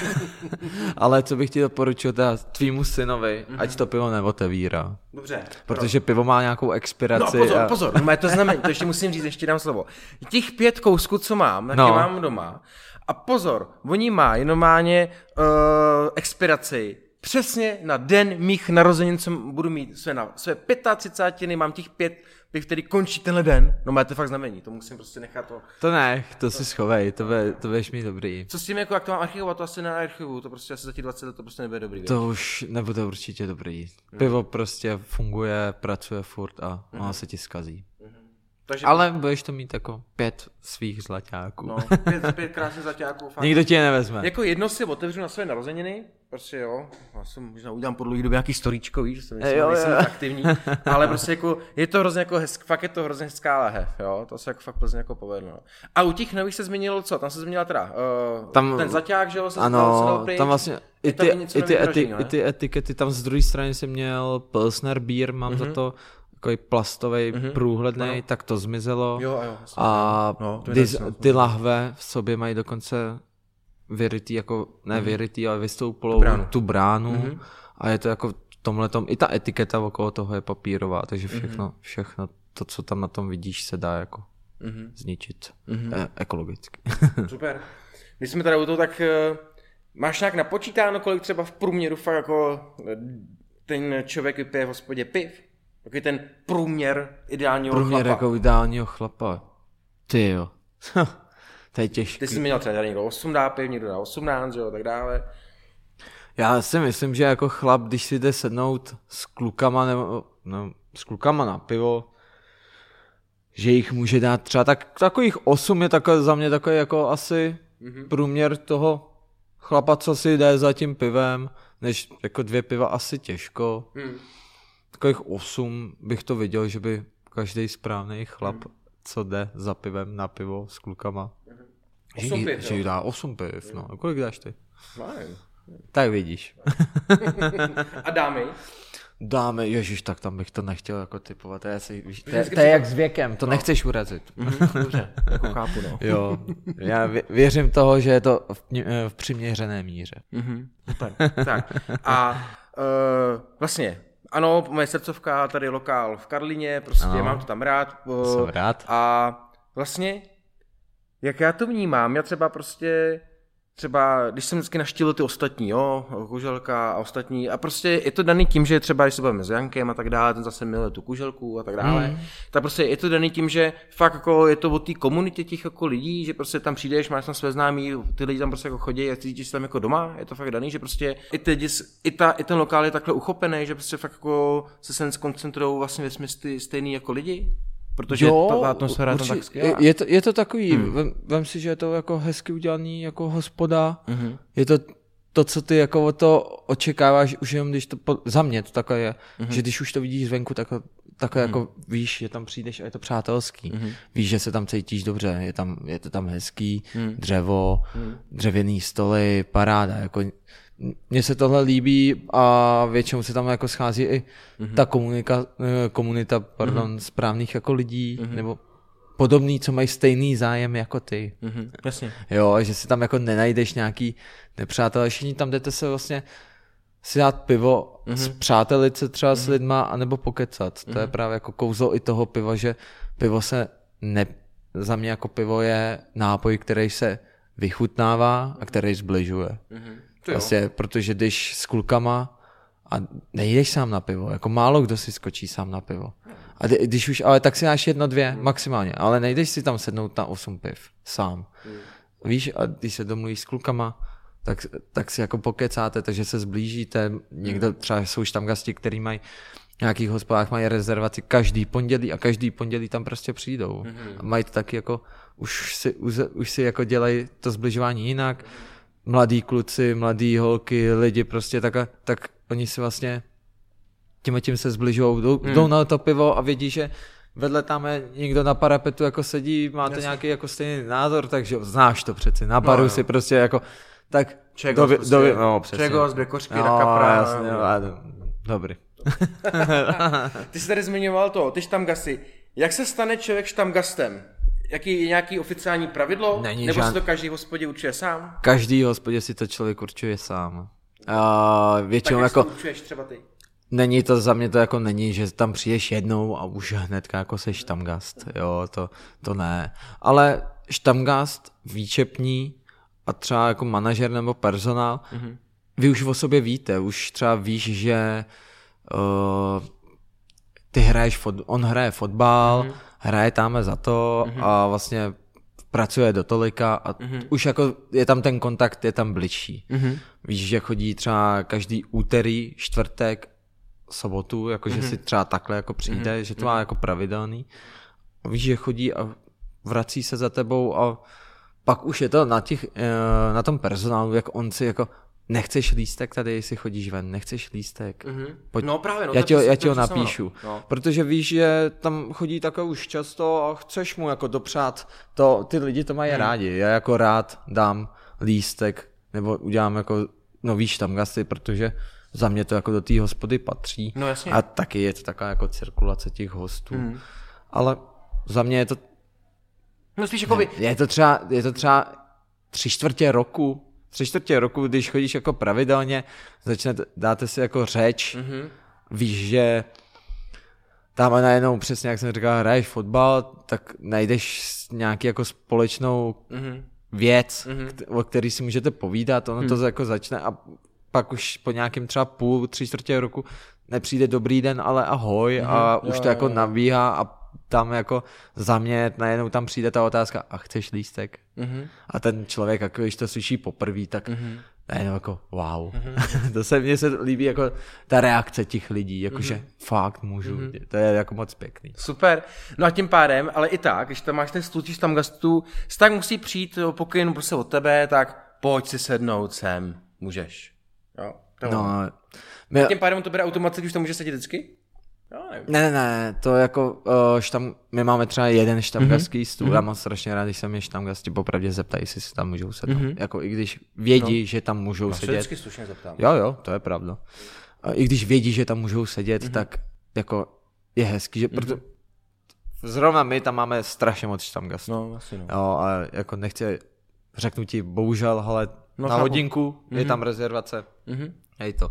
ale co bych ti doporučil teda tvýmu synovi, mm-hmm. ať to pivo neotevírá. Dobře. Protože pivo má nějakou expiraci. No pozor, a... pozor, no, to znamená, to ještě musím říct, ještě dám slovo. Těch pět kousků, co mám, tak no. je mám doma. A pozor, oni mají normálně uh, expiraci přesně na den mých narozenin, co budu mít své, na, své třicátiny, mám těch pět piv, který končí tenhle den. No má to fakt znamení, to musím prostě nechat to. To ne, to si schovej, to, be, to budeš mít dobrý. Co s tím, jako jak to mám archivovat, to asi na archivu, to prostě asi za těch dvacet let to prostě nebude dobrý. To věc. Už nebude určitě dobrý. Pivo hmm. prostě funguje, pracuje furt a hmm. ono se ti zkazí. Hmm. Takže ale budeš to mít jako pět svých zlaťáků. No, pět, pět krásných zlaťáků. Fakt. Nikdo ti je nevezme. Jako jedno si otevřu na své narozeniny, prostě jo, já jsem možná udělám po dlouhý době nějaký storíčko, víš, že jsem, jo, nejsem jo. aktivní, ale prostě jako, je to hrozně jako hezk, fakt je to hrozně hezká lahev, jo, to se jako fakt Plzeň jako povedlo. A u těch nových se změnilo co? Tam se změnila teda uh, tam, ten zaťák, že jo, se ano, se tam vlastně i ty, i, ty eti, i ty etikety, tam z druhé strany jsem měl Pilsner Beer, mám mm-hmm. za to takový plastový, mm-hmm. průhledný, no. tak to zmizelo. Jo, jo, a no, ty, ty lahve v sobě mají dokonce vyrytý, jako, ne mm-hmm. vyrytý, ale vystoupilou bránu. tu bránu mm-hmm. a je to jako v tomhletom, i ta etiketa okolo toho je papírová, takže všechno, mm-hmm. všechno to, co tam na tom vidíš, se dá jako mm-hmm. zničit mm-hmm. e- ekologicky. Super. Když jsme tady u toho, tak uh, máš nějak napočítáno, kolik třeba v průměru fakt jako ten člověk vypije v hospodě piv? Jaký ten průměr ideálního průměr chlapa? Průměr jako ideálního chlapa. Ty jo. To je těžký. Ty jsi měl třeba někdo osm dá piv, někdo dá osmnáct, jo, tak dále. Já si myslím, že jako chlap, když si jde sednout s klukama, nebo no, s klukama na pivo, že jich může dát třeba tak, takových osm je takové, za mě takový jako asi mm-hmm. průměr toho chlapa, co si jde za tím pivem, než jako dvě piva asi těžko. Mm. Takových osm bych to viděl, že by každý správný chlap, mm. co jde za pivem na pivo s klukama, osm piv, že jí dá osm piv, no. Kolik dáš ty? Fajn. Tak vidíš. A dámy? Dámy, ježiš, tak tam bych to nechtěl jako typovat, to je, asi, víš, to, to je jak s věkem, to no. nechceš urazit. Mm-hmm, dobře, jako chápu, no. Jo, já věřím toho, že je to v, v přiměřené míře. Mm-hmm, super, tak. A uh, vlastně, ano, moje srdcovka, tady lokál v Karlíně, prostě ano. mám to tam rád. Uh, Jsem rád. A vlastně, jak já to vnímám, já třeba prostě, třeba, když jsem vždycky naštívil ty ostatní, jo, Kuželka a ostatní, a prostě je to daný tím, že třeba, když se bavíme s Jankem a tak dále, ten zase miluje tu Kuželku a tak dále, mm. tak prostě je to daný tím, že fakt jako je to o té komunitě těch jako lidí, že prostě tam přijdeš, máš tam své známí, ty lidi tam prostě jako chodí a cítíš se tam jako doma, je to fakt daný, že prostě i, ty, i, ta, i ten lokál je takhle uchopený, že prostě fakt jako se sem skoncentrujou vlastně ve smyslu stejný jako lidi. Protože jo, ta atmosféra tam tak skvělá. Je to, je to takový, hmm. vem, vem si, že je to jako hezky udělaný jako hospoda, hmm. je to to, co ty jako o to očekáváš, už jenom když to, po, za mě to takové je, hmm. že když už to vidíš zvenku, tak takové hmm. jako víš, že tam přijdeš a je to přátelský, hmm. víš, že se tam cítíš dobře, je tam, je to tam hezký, hmm. dřevo, hmm. dřevěný stoly, paráda, jako mně se tohle líbí a většinou se tam jako schází i mm-hmm. ta komunika, komunita pardon, mm-hmm. správných jako lidí, mm-hmm. nebo podobný, co mají stejný zájem jako ty. Mm-hmm. Jasně. Jo, že si tam jako nenajdeš nějaký nepřátelé, všichni tam jdete se vlastně si dát pivo, mm-hmm. spřátelit se třeba mm-hmm. s lidma, anebo pokecat. To mm-hmm. je právě jako kouzlo i toho piva, že pivo se ne, za mě jako pivo je nápoj, který se vychutnává a který zbližuje. Mm-hmm. Vlastně, protože když s klukama a nejdeš sám na pivo, jako málo kdo si skočí sám na pivo. A když už, ale tak si dáš jedno, dvě, mm. maximálně, ale nejdeš si tam sednout na osm piv, sám. Mm. Víš, a když se domluvíš s klukama, tak, tak si jako pokecáte, takže se zblížíte, někdo, třeba jsou štamgasti, který mají v nějakých hospodách mají rezervaci každý pondělí a každý pondělí tam prostě přijdou. Mm. A mají to taky jako, už si, už, už si jako dělají to zbližování jinak, mladí kluci, mladí holky, lidi prostě tak, tak oni si vlastně tím tím se zbližují, jdou, hmm. jdou na to pivo a vědí, že vedle tam je někdo na parapetu jako sedí, máte jasně. nějaký jako stejný názor, takže znáš to přeci, na baru no, si prostě jako tak Čegos, doby, prostě, doby, no, přesně. Čegos, dvě kořky no, na kapra. Jasně, no, dobrý. Ty jsi tady zmiňoval to, ty štamgasty. Jak se stane člověk štamgastem? Jaký je nějaký oficiální pravidlo? Není nebo žád... si to každý v hospodě určuje sám? Každý v hospodě si to člověk určuje sám. A většinou tak jako... Tak určuješ třeba ty? Není to, za mě to jako není, že tam přijdeš jednou a už hnedka jako seš štamgast. Jo, to, to ne. Ale štamgast, výčepní a třeba jako manažer nebo personál, mm-hmm. vy už o sobě víte. Už třeba víš, že uh, ty hraješ, fot... on hraje fotbal, mm-hmm. hraje tam za to mm-hmm. a vlastně pracuje do tolika a mm-hmm. už jako je tam ten kontakt, je tam bližší. Mm-hmm. Víš, že chodí třeba každý úterý, čtvrtek, sobotu, jakože mm-hmm. si třeba takhle jako přijde, mm-hmm. že to má jako pravidelný. A víš, že chodí a vrací se za tebou a pak už je to na, těch, na tom personálu, jak on si jako nechceš lístek tady, jestli chodíš ven, nechceš lístek. Mm-hmm. Pojď, no právě, no, já ti, já ti ho to napíšu, no. Protože víš, že tam chodí takové už často a chceš mu jako dopřát, to, ty lidi to mají mm. rádi, já jako rád dám lístek, nebo udělám jako nový štamgasty, protože za mě to jako do té hospody patří. No jasně. A taky je to taková jako cirkulace těch hostů. Mm. Ale za mě je to... No spíš jako by... Je to třeba, je to třeba tři čtvrtě roku, tři čtvrtě roku, když chodíš jako pravidelně, začne, dáte si jako řeč, mm-hmm. víš, že tam najednou přesně, jak jsem říkal, hraješ fotbal, tak najdeš nějaký jako společnou mm-hmm. věc, mm-hmm. o který si můžete povídat, ono mm. to jako začne a pak už po nějakém třeba půl, tři čtvrtě roku nepřijde dobrý den, ale ahoj mm-hmm. a už jo, to jako jo, jo. nabíhá a tam jako za mě najednou tam přijde ta otázka, a chceš lístek? Mm-hmm. A ten člověk, jako když to slyší poprvé, tak mm-hmm. najednou jako wow. Mm-hmm. To se mně se líbí jako ta reakce těch lidí, jakože mm-hmm. fakt můžu, mm-hmm. to je jako moc pěkný. Super, no a tím pádem, ale i tak, když tam máš ten stůl tam gastů, tak musí přijít pokyn prostě od tebe, tak pojď si sednout sem, můžeš. Jo, no, my... A tím pádem to bude automaticky, už tam může sedět vždycky? No, ne, ne, ne, to jako uh, štam, my máme třeba jeden štamgastský mm-hmm. stůl, já mám strašně rád, když se mě štamgasti popravdě zeptají, jestli si tam můžou sednout, mm-hmm. jako i když vědí, no. že tam můžou no, sedět. Já se vždycky slušně zeptám. Jo, jo, to je pravda. A i když vědí, že tam můžou sedět, mm-hmm. tak jako je hezký, že mm-hmm. proto zrovna my tam máme strašně moc štamgastů. No, asi no. Jo, a jako nechci, řeknu ti, bohužel, ale no, na chápu. hodinku mm-hmm. je tam rezervace, mm-hmm. hej to.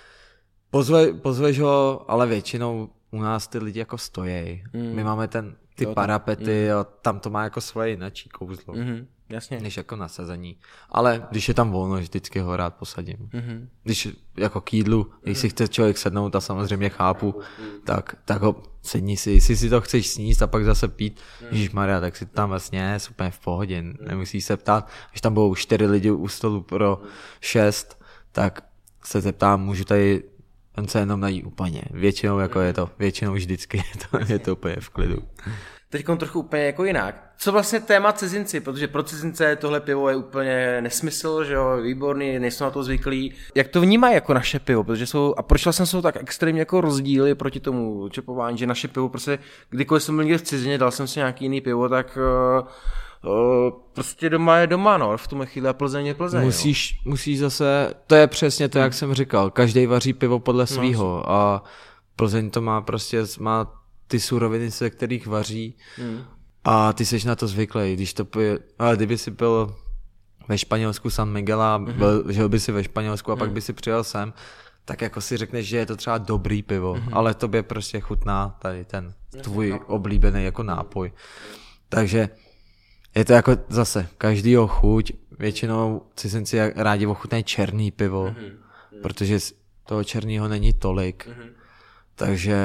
Pozve, pozveš ho, ale většinou u nás ty lidi jako stojí. Mm. My máme ten, ty jo, parapety, mm. a tam to má jako svoje jinačí kouzlo. Mm-hmm. Jasně. Než jako nasazení. Ale když je tam volno, vždycky ho rád posadím. Mm-hmm. Když jako k jídlu, mm-hmm. když si chce člověk sednout a samozřejmě chápu, mm-hmm. tak, tak ho sedni si. Jestli si to chceš sníst a pak zase pít, mm-hmm. ježišmarja, tak si tam vlastně úplně v pohodě. Mm-hmm. Nemusíš se ptát. Když tam budou čtyři lidi u stolu pro šest, tak se zeptám, můžu tady on se jenom nají úplně. Většinou jako je to, většinou vždycky je to, je to úplně v klidu. Teď trochu úplně jako jinak. Co vlastně téma cizinci, protože pro cizince tohle pivo je úplně nesmysl, že jo, výborný, nejsou na to zvyklí. Jak to vnímají jako naše pivo, protože jsou, a proč vlastně jsou tak extrémně jako rozdíly proti tomu čepování, že naše pivo prostě, kdykoliv jsem byl někde v cizině, dal jsem si nějaký jiný pivo, tak uh, Uh, prostě doma je doma, no, v tom chvíli a Plzeň je Plzeň. Musíš, musíš zase, to je přesně to, jak hmm. jsem říkal, každý vaří pivo podle svýho no, a Plzeň to má prostě, má ty suroviny, ze kterých vaří hmm. a ty seš na to zvyklý, když to pije, ale kdyby si byl ve Španělsku San Miguela, hmm. byl, žil by si ve Španělsku a hmm. pak by si přijel sem, tak jako si řekneš, že je to třeba dobrý pivo, hmm. ale tobě prostě chutná tady ten tvůj oblíbený jako nápoj. Takže je to jako zase, každýho chuť, většinou cizinci rádi ochutnají černý pivo, mm-hmm. protože toho černýho není tolik, mm-hmm. takže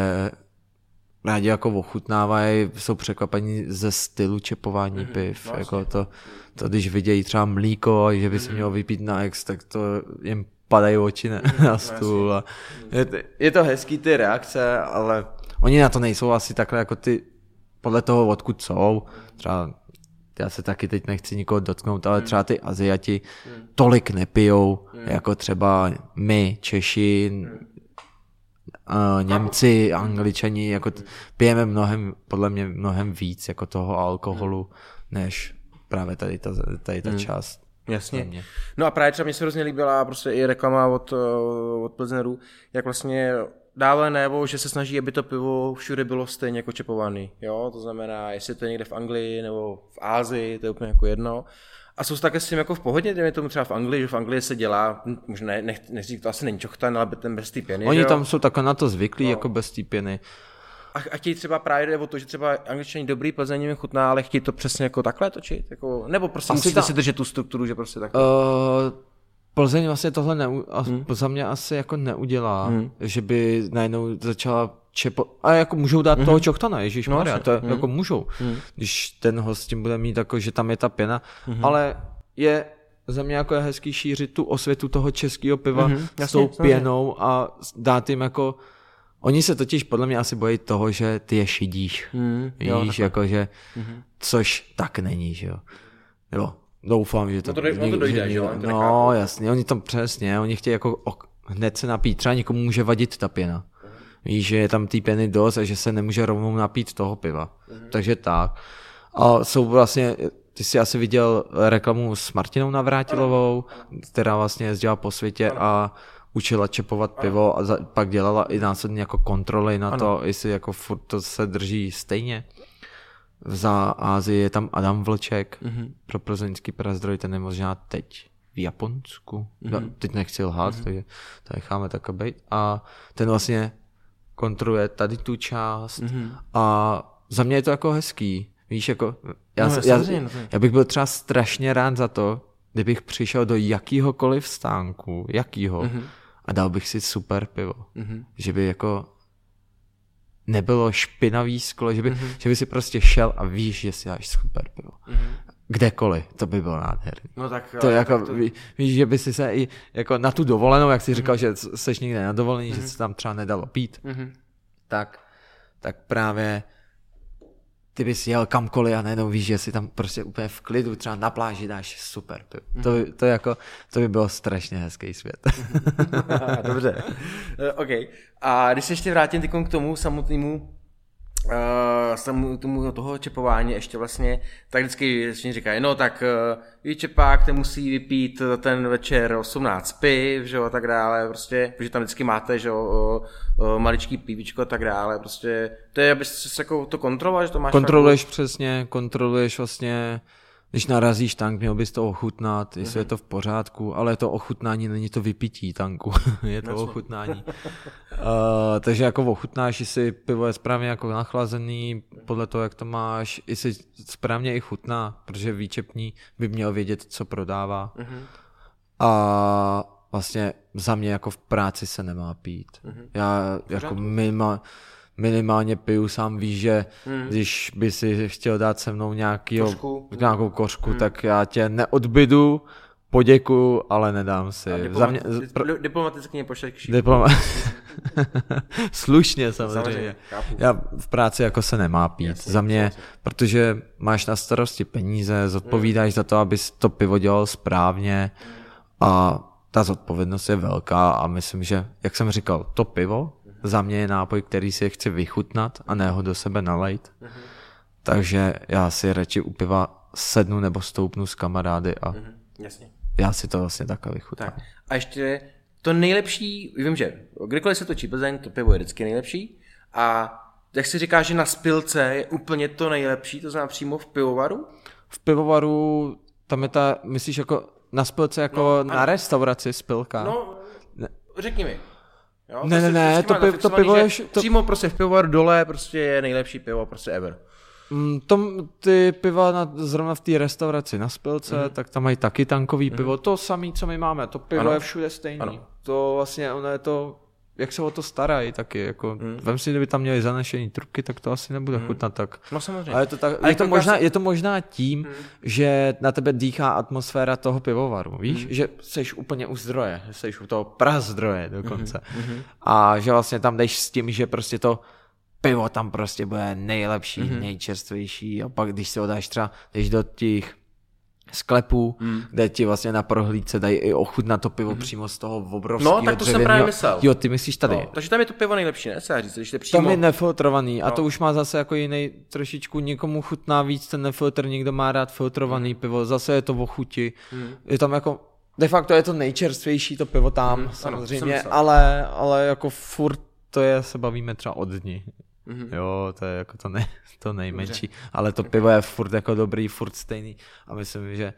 rádi jako ochutnávají, jsou překvapení ze stylu čepování mm-hmm. piv, vlastně. Jako to, to když vidějí třeba mlíko, že by mm-hmm. se mělo vypít na ex, tak to jim padají oči na, mm-hmm. na stůl. A je, to, je to hezký ty reakce, ale oni na to nejsou asi takhle jako ty, podle toho odkud jsou, třeba já se taky teď nechci nikoho dotknout, ale třeba ty Aziati tolik nepijou, jako třeba my, Češi, Němci, Angličani, jako pijeme mnohem, podle mě mnohem víc jako toho alkoholu, než právě tady ta, tady ta část. Jasně. No a právě třeba mě se hrozně líbila prostě i reklama od, od Plznerů, jak vlastně dále najevo, že se snaží, aby to pivo všude bylo stejně jako čepovaný. Jo? To znamená, jestli to je někde v Anglii nebo v Ázii, to je úplně jako jedno. A jsou také s tím jako v pohodě, dejme tomu třeba v Anglii, že v Anglii se dělá, možná ne, nech, nech, to asi není čochtan, ale ten bez té pěny. Oni tam jsou takhle na to zvyklí, no. jako bez té pěny. A, a chtějí třeba právě o to, že třeba Angličani dobrý, Plzeň jim chutná, ale chtějí to přesně jako takhle točit? Jako, nebo prostě asi musíte ta... si držet tu strukturu, že prostě takhle? Uh... Plzeň vlastně tohle neu, hmm. za mě asi jako neudělá, hmm. že by najednou začala čepo... A jako můžou dát hmm. toho čochtana, ježišmarja, no, to hmm. jako můžou. Hmm. Když ten host tím bude mít jako, že tam je ta pěna, hmm. ale je za mě jako je hezký šířit tu osvětu toho českého piva hmm. s Jasně, tou pěnou jasně. a dát jim jako... Oni se totiž podle mě asi bojí toho, že ty je šidíš. Hmm. Víš, jo, jako že... Hmm. Což tak není, že jo. Nebo Doufám, že to... No to, doj, no to dojde, že jo? No jasně, oni tam přesně, oni chtějí jako ok, hned se napít, třeba někomu může vadit ta pěna. Uh-huh. Víš, že je tam té pěny dost a že se nemůže rovnou napít toho piva. Uh-huh. Takže tak. A jsou vlastně, ty jsi asi viděl reklamu s Martinou Navrátilovou, uh-huh. která vlastně jezdila po světě uh-huh. a učila čepovat uh-huh. pivo a za, pak dělala i následně jako kontroly na uh-huh. to, jestli jako furt to se drží stejně. Za Ázii je tam Adam Vlček, mm-hmm. pro plzeňský prazdroj, ten je možná teď v Japonsku, mm-hmm. teď nechci lhát, mm-hmm. takže to necháme tak být. A ten vlastně kontroluje tady tu část mm-hmm. a za mě je to jako hezký, víš, jako já, no, já, já, já bych byl třeba strašně rád za to, kdybych přišel do jakýhokoliv stánku, jakýho, mm-hmm. a dal bych si super pivo, mm-hmm. že by jako nebylo špinavý sklo, že by, mm-hmm. že by si prostě šel a víš, že si dáš super pivo. Mm-hmm. Kdekoliv, to by bylo nádherný. No tak, to jo, jako, tak to... Ví, víš, že by si se i jako na tu dovolenou, jak jsi říkal, mm-hmm. že seš někde na dovolení, mm-hmm. že se tam třeba nedalo pít, mm-hmm. tak, tak právě ty bys jel kamkoliv a najednou víš, že si tam prostě úplně v klidu třeba na pláži dáš super pivo. Mm-hmm. To, by, to, jako, to by bylo strašně hezký svět. Dobře. OK. A když se ještě vrátím k tomu samotnému uh, samotnému toho čepování ještě vlastně, tak vždycky si říkají, no tak uh, víš, čepák, ten musí vypít ten večer osmnáct piv, že jo, a tak dále, prostě, protože tam vždycky máte, že jo, maličký pivíčko a tak dále, prostě, to je, abys se jako to kontroloval, že to máš... Kontroluješ fakt... přesně, kontroluješ vlastně, když narazíš tank, měl bys to ochutnat, jestli mm-hmm. je to v pořádku, ale to ochutnání není to vypití tanku, je to ochutnání. uh, takže jako ochutnáš, jestli pivo je správně jako nachlazený, podle toho, jak to máš, jestli správně i chutná, protože výčepní by měl vědět, co prodává. Mm-hmm. A vlastně za mě jako v práci se nemá pít. Mm-hmm. Já jako minimálně minimálně piju, sám víš, že hmm. když by si chtěl dát se mnou nějakýho, kořku. nějakou kořku, hmm. tak já tě neodbydu, poděkuju, ale nedám si. Diplomati- Za mě, pro... Diplomaticky mě pošleš k šípku. Diploma... Slušně samozřejmě. samozřejmě já v práci jako se nemá pít. Jasně, za mě, jasně. Protože máš na starosti peníze, zodpovídáš hmm. za to, abys to pivo dělal správně a ta zodpovědnost je velká a myslím, že, jak jsem říkal, to pivo za mě je nápoj, který si chci vychutnat a ne ho do sebe nalejt. Mm-hmm. Takže já si radši u piva sednu nebo stoupnu s kamarády a mm-hmm. Jasně. Já si to vlastně takhle vychutnám. Tak. A ještě to nejlepší, vím, že kdykoliv se točí Plzeň, to pivo je vždycky nejlepší a jak si říkáš, že na Spilce je úplně to nejlepší, to znamená přímo v pivovaru? V pivovaru, tam je ta, myslíš jako na Spilce jako no, na restauraci Spilka? No, ne. Řekni mi. Jo, ne, ne, ne, to, piv, to pivo je... To... Přímo prostě v pivovaru dole prostě je nejlepší pivo prostě ever. Mm, tom, ty piva na, zrovna v té restauraci na Spilce, mm-hmm. tak tam mají taky tankový mm-hmm. pivo. To samé, co my máme, to pivo ano. je všude stejný. Ano. To vlastně, ono je to, jak se o to starají taky, jako, mm. vem si, kdyby tam měli zanešený trubky, tak to asi nebude mm. chutnat tak. No samozřejmě. Ale je to, tak, je, to možná, je to možná tím, mm. že na tebe dýchá atmosféra toho pivovaru, víš, mm. že seš úplně u zdroje, seš u toho prazdroje dokonce. Mm. A že vlastně tam jdeš s tím, že prostě to pivo tam prostě bude nejlepší, mm. nejčerstvější a pak když si ho dáš třeba, jdeš do těch sklepů, mm. kde ti vlastně na prohlídce dají i ochutnat to pivo mm. přímo z toho obrovského No, tak to jsem právě myslel. Jo, ty myslíš tady. No, takže tam je to pivo nejlepší, ne? Se říct, když to je přímo. Tam je nefiltrovaný no. A to už má zase jako jiný trošičku, někomu chutná víc ten nefiltr, někdo má rád filtrovaný mm. pivo, zase je to o chuti. Mm. Je tam jako, de facto je to nejčerstvější to pivo tam, mm. samozřejmě, ano, ale, ale jako furt to je, se bavíme třeba od dní. Mm-hmm. Jo, to je jako to, ne, to nejmenší, Dobře. Ale to pivo je furt jako dobrý, furt stejný a myslím, že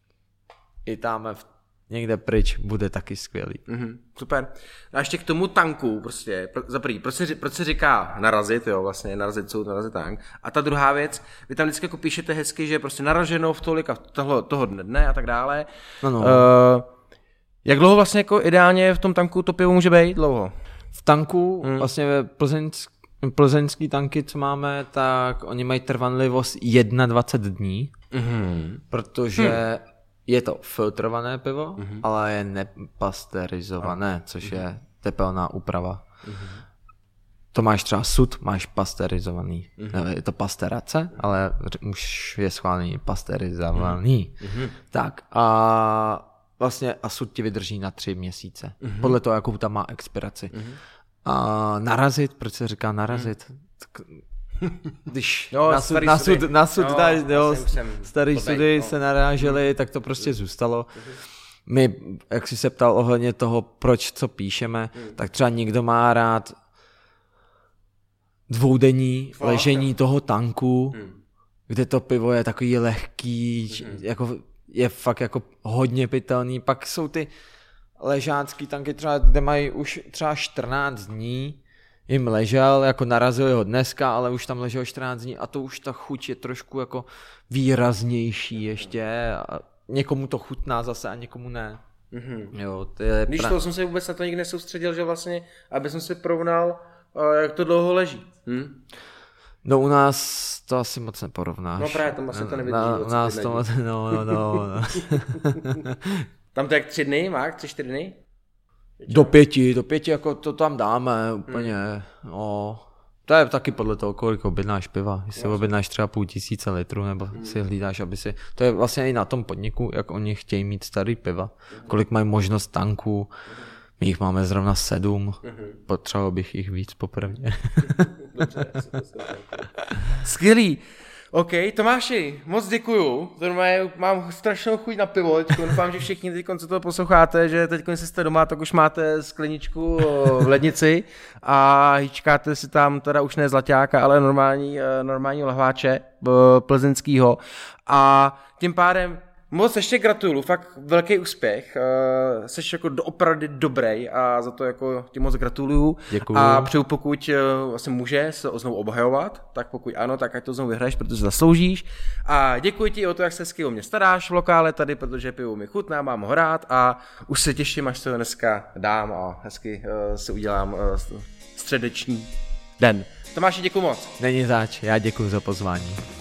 i tam v, někde pryč bude taky skvělý. Mm-hmm. Super. A ještě k tomu tanku prostě, za prvý, proč se, proč se říká narazit, jo, vlastně narazit soud, narazit tank. A ta druhá věc, vy tam vždycky jako píšete hezky, že je prostě naraženo v tolik a toho, toho dne a tak dále. No, no. Uh, jak dlouho vlastně jako ideálně v tom tanku to pivo může být? Dlouho? V tanku, mm. vlastně ve Plzeňsk plzeňský tanky, co máme, tak oni mají trvanlivost dvacet jedna dní, mm-hmm. protože hmm. je to filtrované pivo, mm-hmm. ale je nepasterizované, což mm-hmm. je tepelná úprava. Mm-hmm. to máš třeba sud, máš pasteurizovaný. Mm-hmm. Je to pasterace, ale už je schválený pasteurizovaný. Mm-hmm. Tak a vlastně a sud ti vydrží na tři měsíce. Mm-hmm. Podle toho, jakou tam má expiraci. Mm-hmm. A narazit, proč se říká narazit? Mm. Tak, když no, na sud, na sud, na sud no, dáš, jo, starý podej, sudy no. se narážely, mm. tak to prostě zůstalo. Mm. My, jak jsi se ptal ohledně toho, proč co píšeme, mm. tak třeba někdo má rád dvoudenní Fakt, ležení ne? toho tanku, mm. kde to pivo je takový lehký, mm. jako, je fakt jako hodně pitelný. Pak jsou ty ležácký tanky třeba, kde mají už třeba čtrnáct dní, jim ležel, jako narazili ho dneska, ale už tam ležel čtrnáct dní a to už ta chuť je trošku jako výraznější ještě. A někomu to chutná zase a někomu ne. Mm-hmm. Jo, to je Když pra... to jsem se vůbec na to nikdy nesoustředil, že vlastně, aby jsem si porovnal, jak to dlouho leží. Hm? No u nás to asi moc neporovnáš. No právě, tam asi to nevydrží. Na, u nás to moc, no, no, no. no. Tam to jak tři dny, má? Tři, čtyři dny? Do pěti, do pěti jako to tam dáme úplně, hmm. no. To je taky podle toho, kolik objednáš piva. Jestli Jasně. objednáš třeba půl tisíce litrů, nebo hmm. si hlídáš, aby si... To je vlastně i na tom podniku, jak oni chtějí mít starý piva. Kolik mají možnost tanků. My jich máme zrovna sedm. Potřeboval bych jich víc poprvé. Dobře, skvělý. OK, Tomáši, moc děkuju. Normálně mám strašnou chuť na pivo. Teď doufám, že všichni teď, co to posloucháte, že teď, když jste doma, tak už máte skleničku v lednici a hýčkáte si tam teda už ne zlaťáka, ale normální, normální lahváče plzeňskýho. A tím pádem moc ještě gratuluju, fakt velký úspěch, uh, jsi jako doopravdy dobrý a za to jako ti moc gratuluju. Děkuju. A přeju, pokud uh, vlastně může se znovu obhajovat, tak pokud ano, tak ať to znovu vyhraješ, protože zasloužíš. A děkuji ti o to, jak se hezky o mě staráš v lokále tady, protože pivo mi chutná, mám ho rád a už se těším, až se ho dneska dám a hezky uh, si udělám uh, středeční den. Tomáši, děkuji moc. Není zač, já děkuji za pozvání.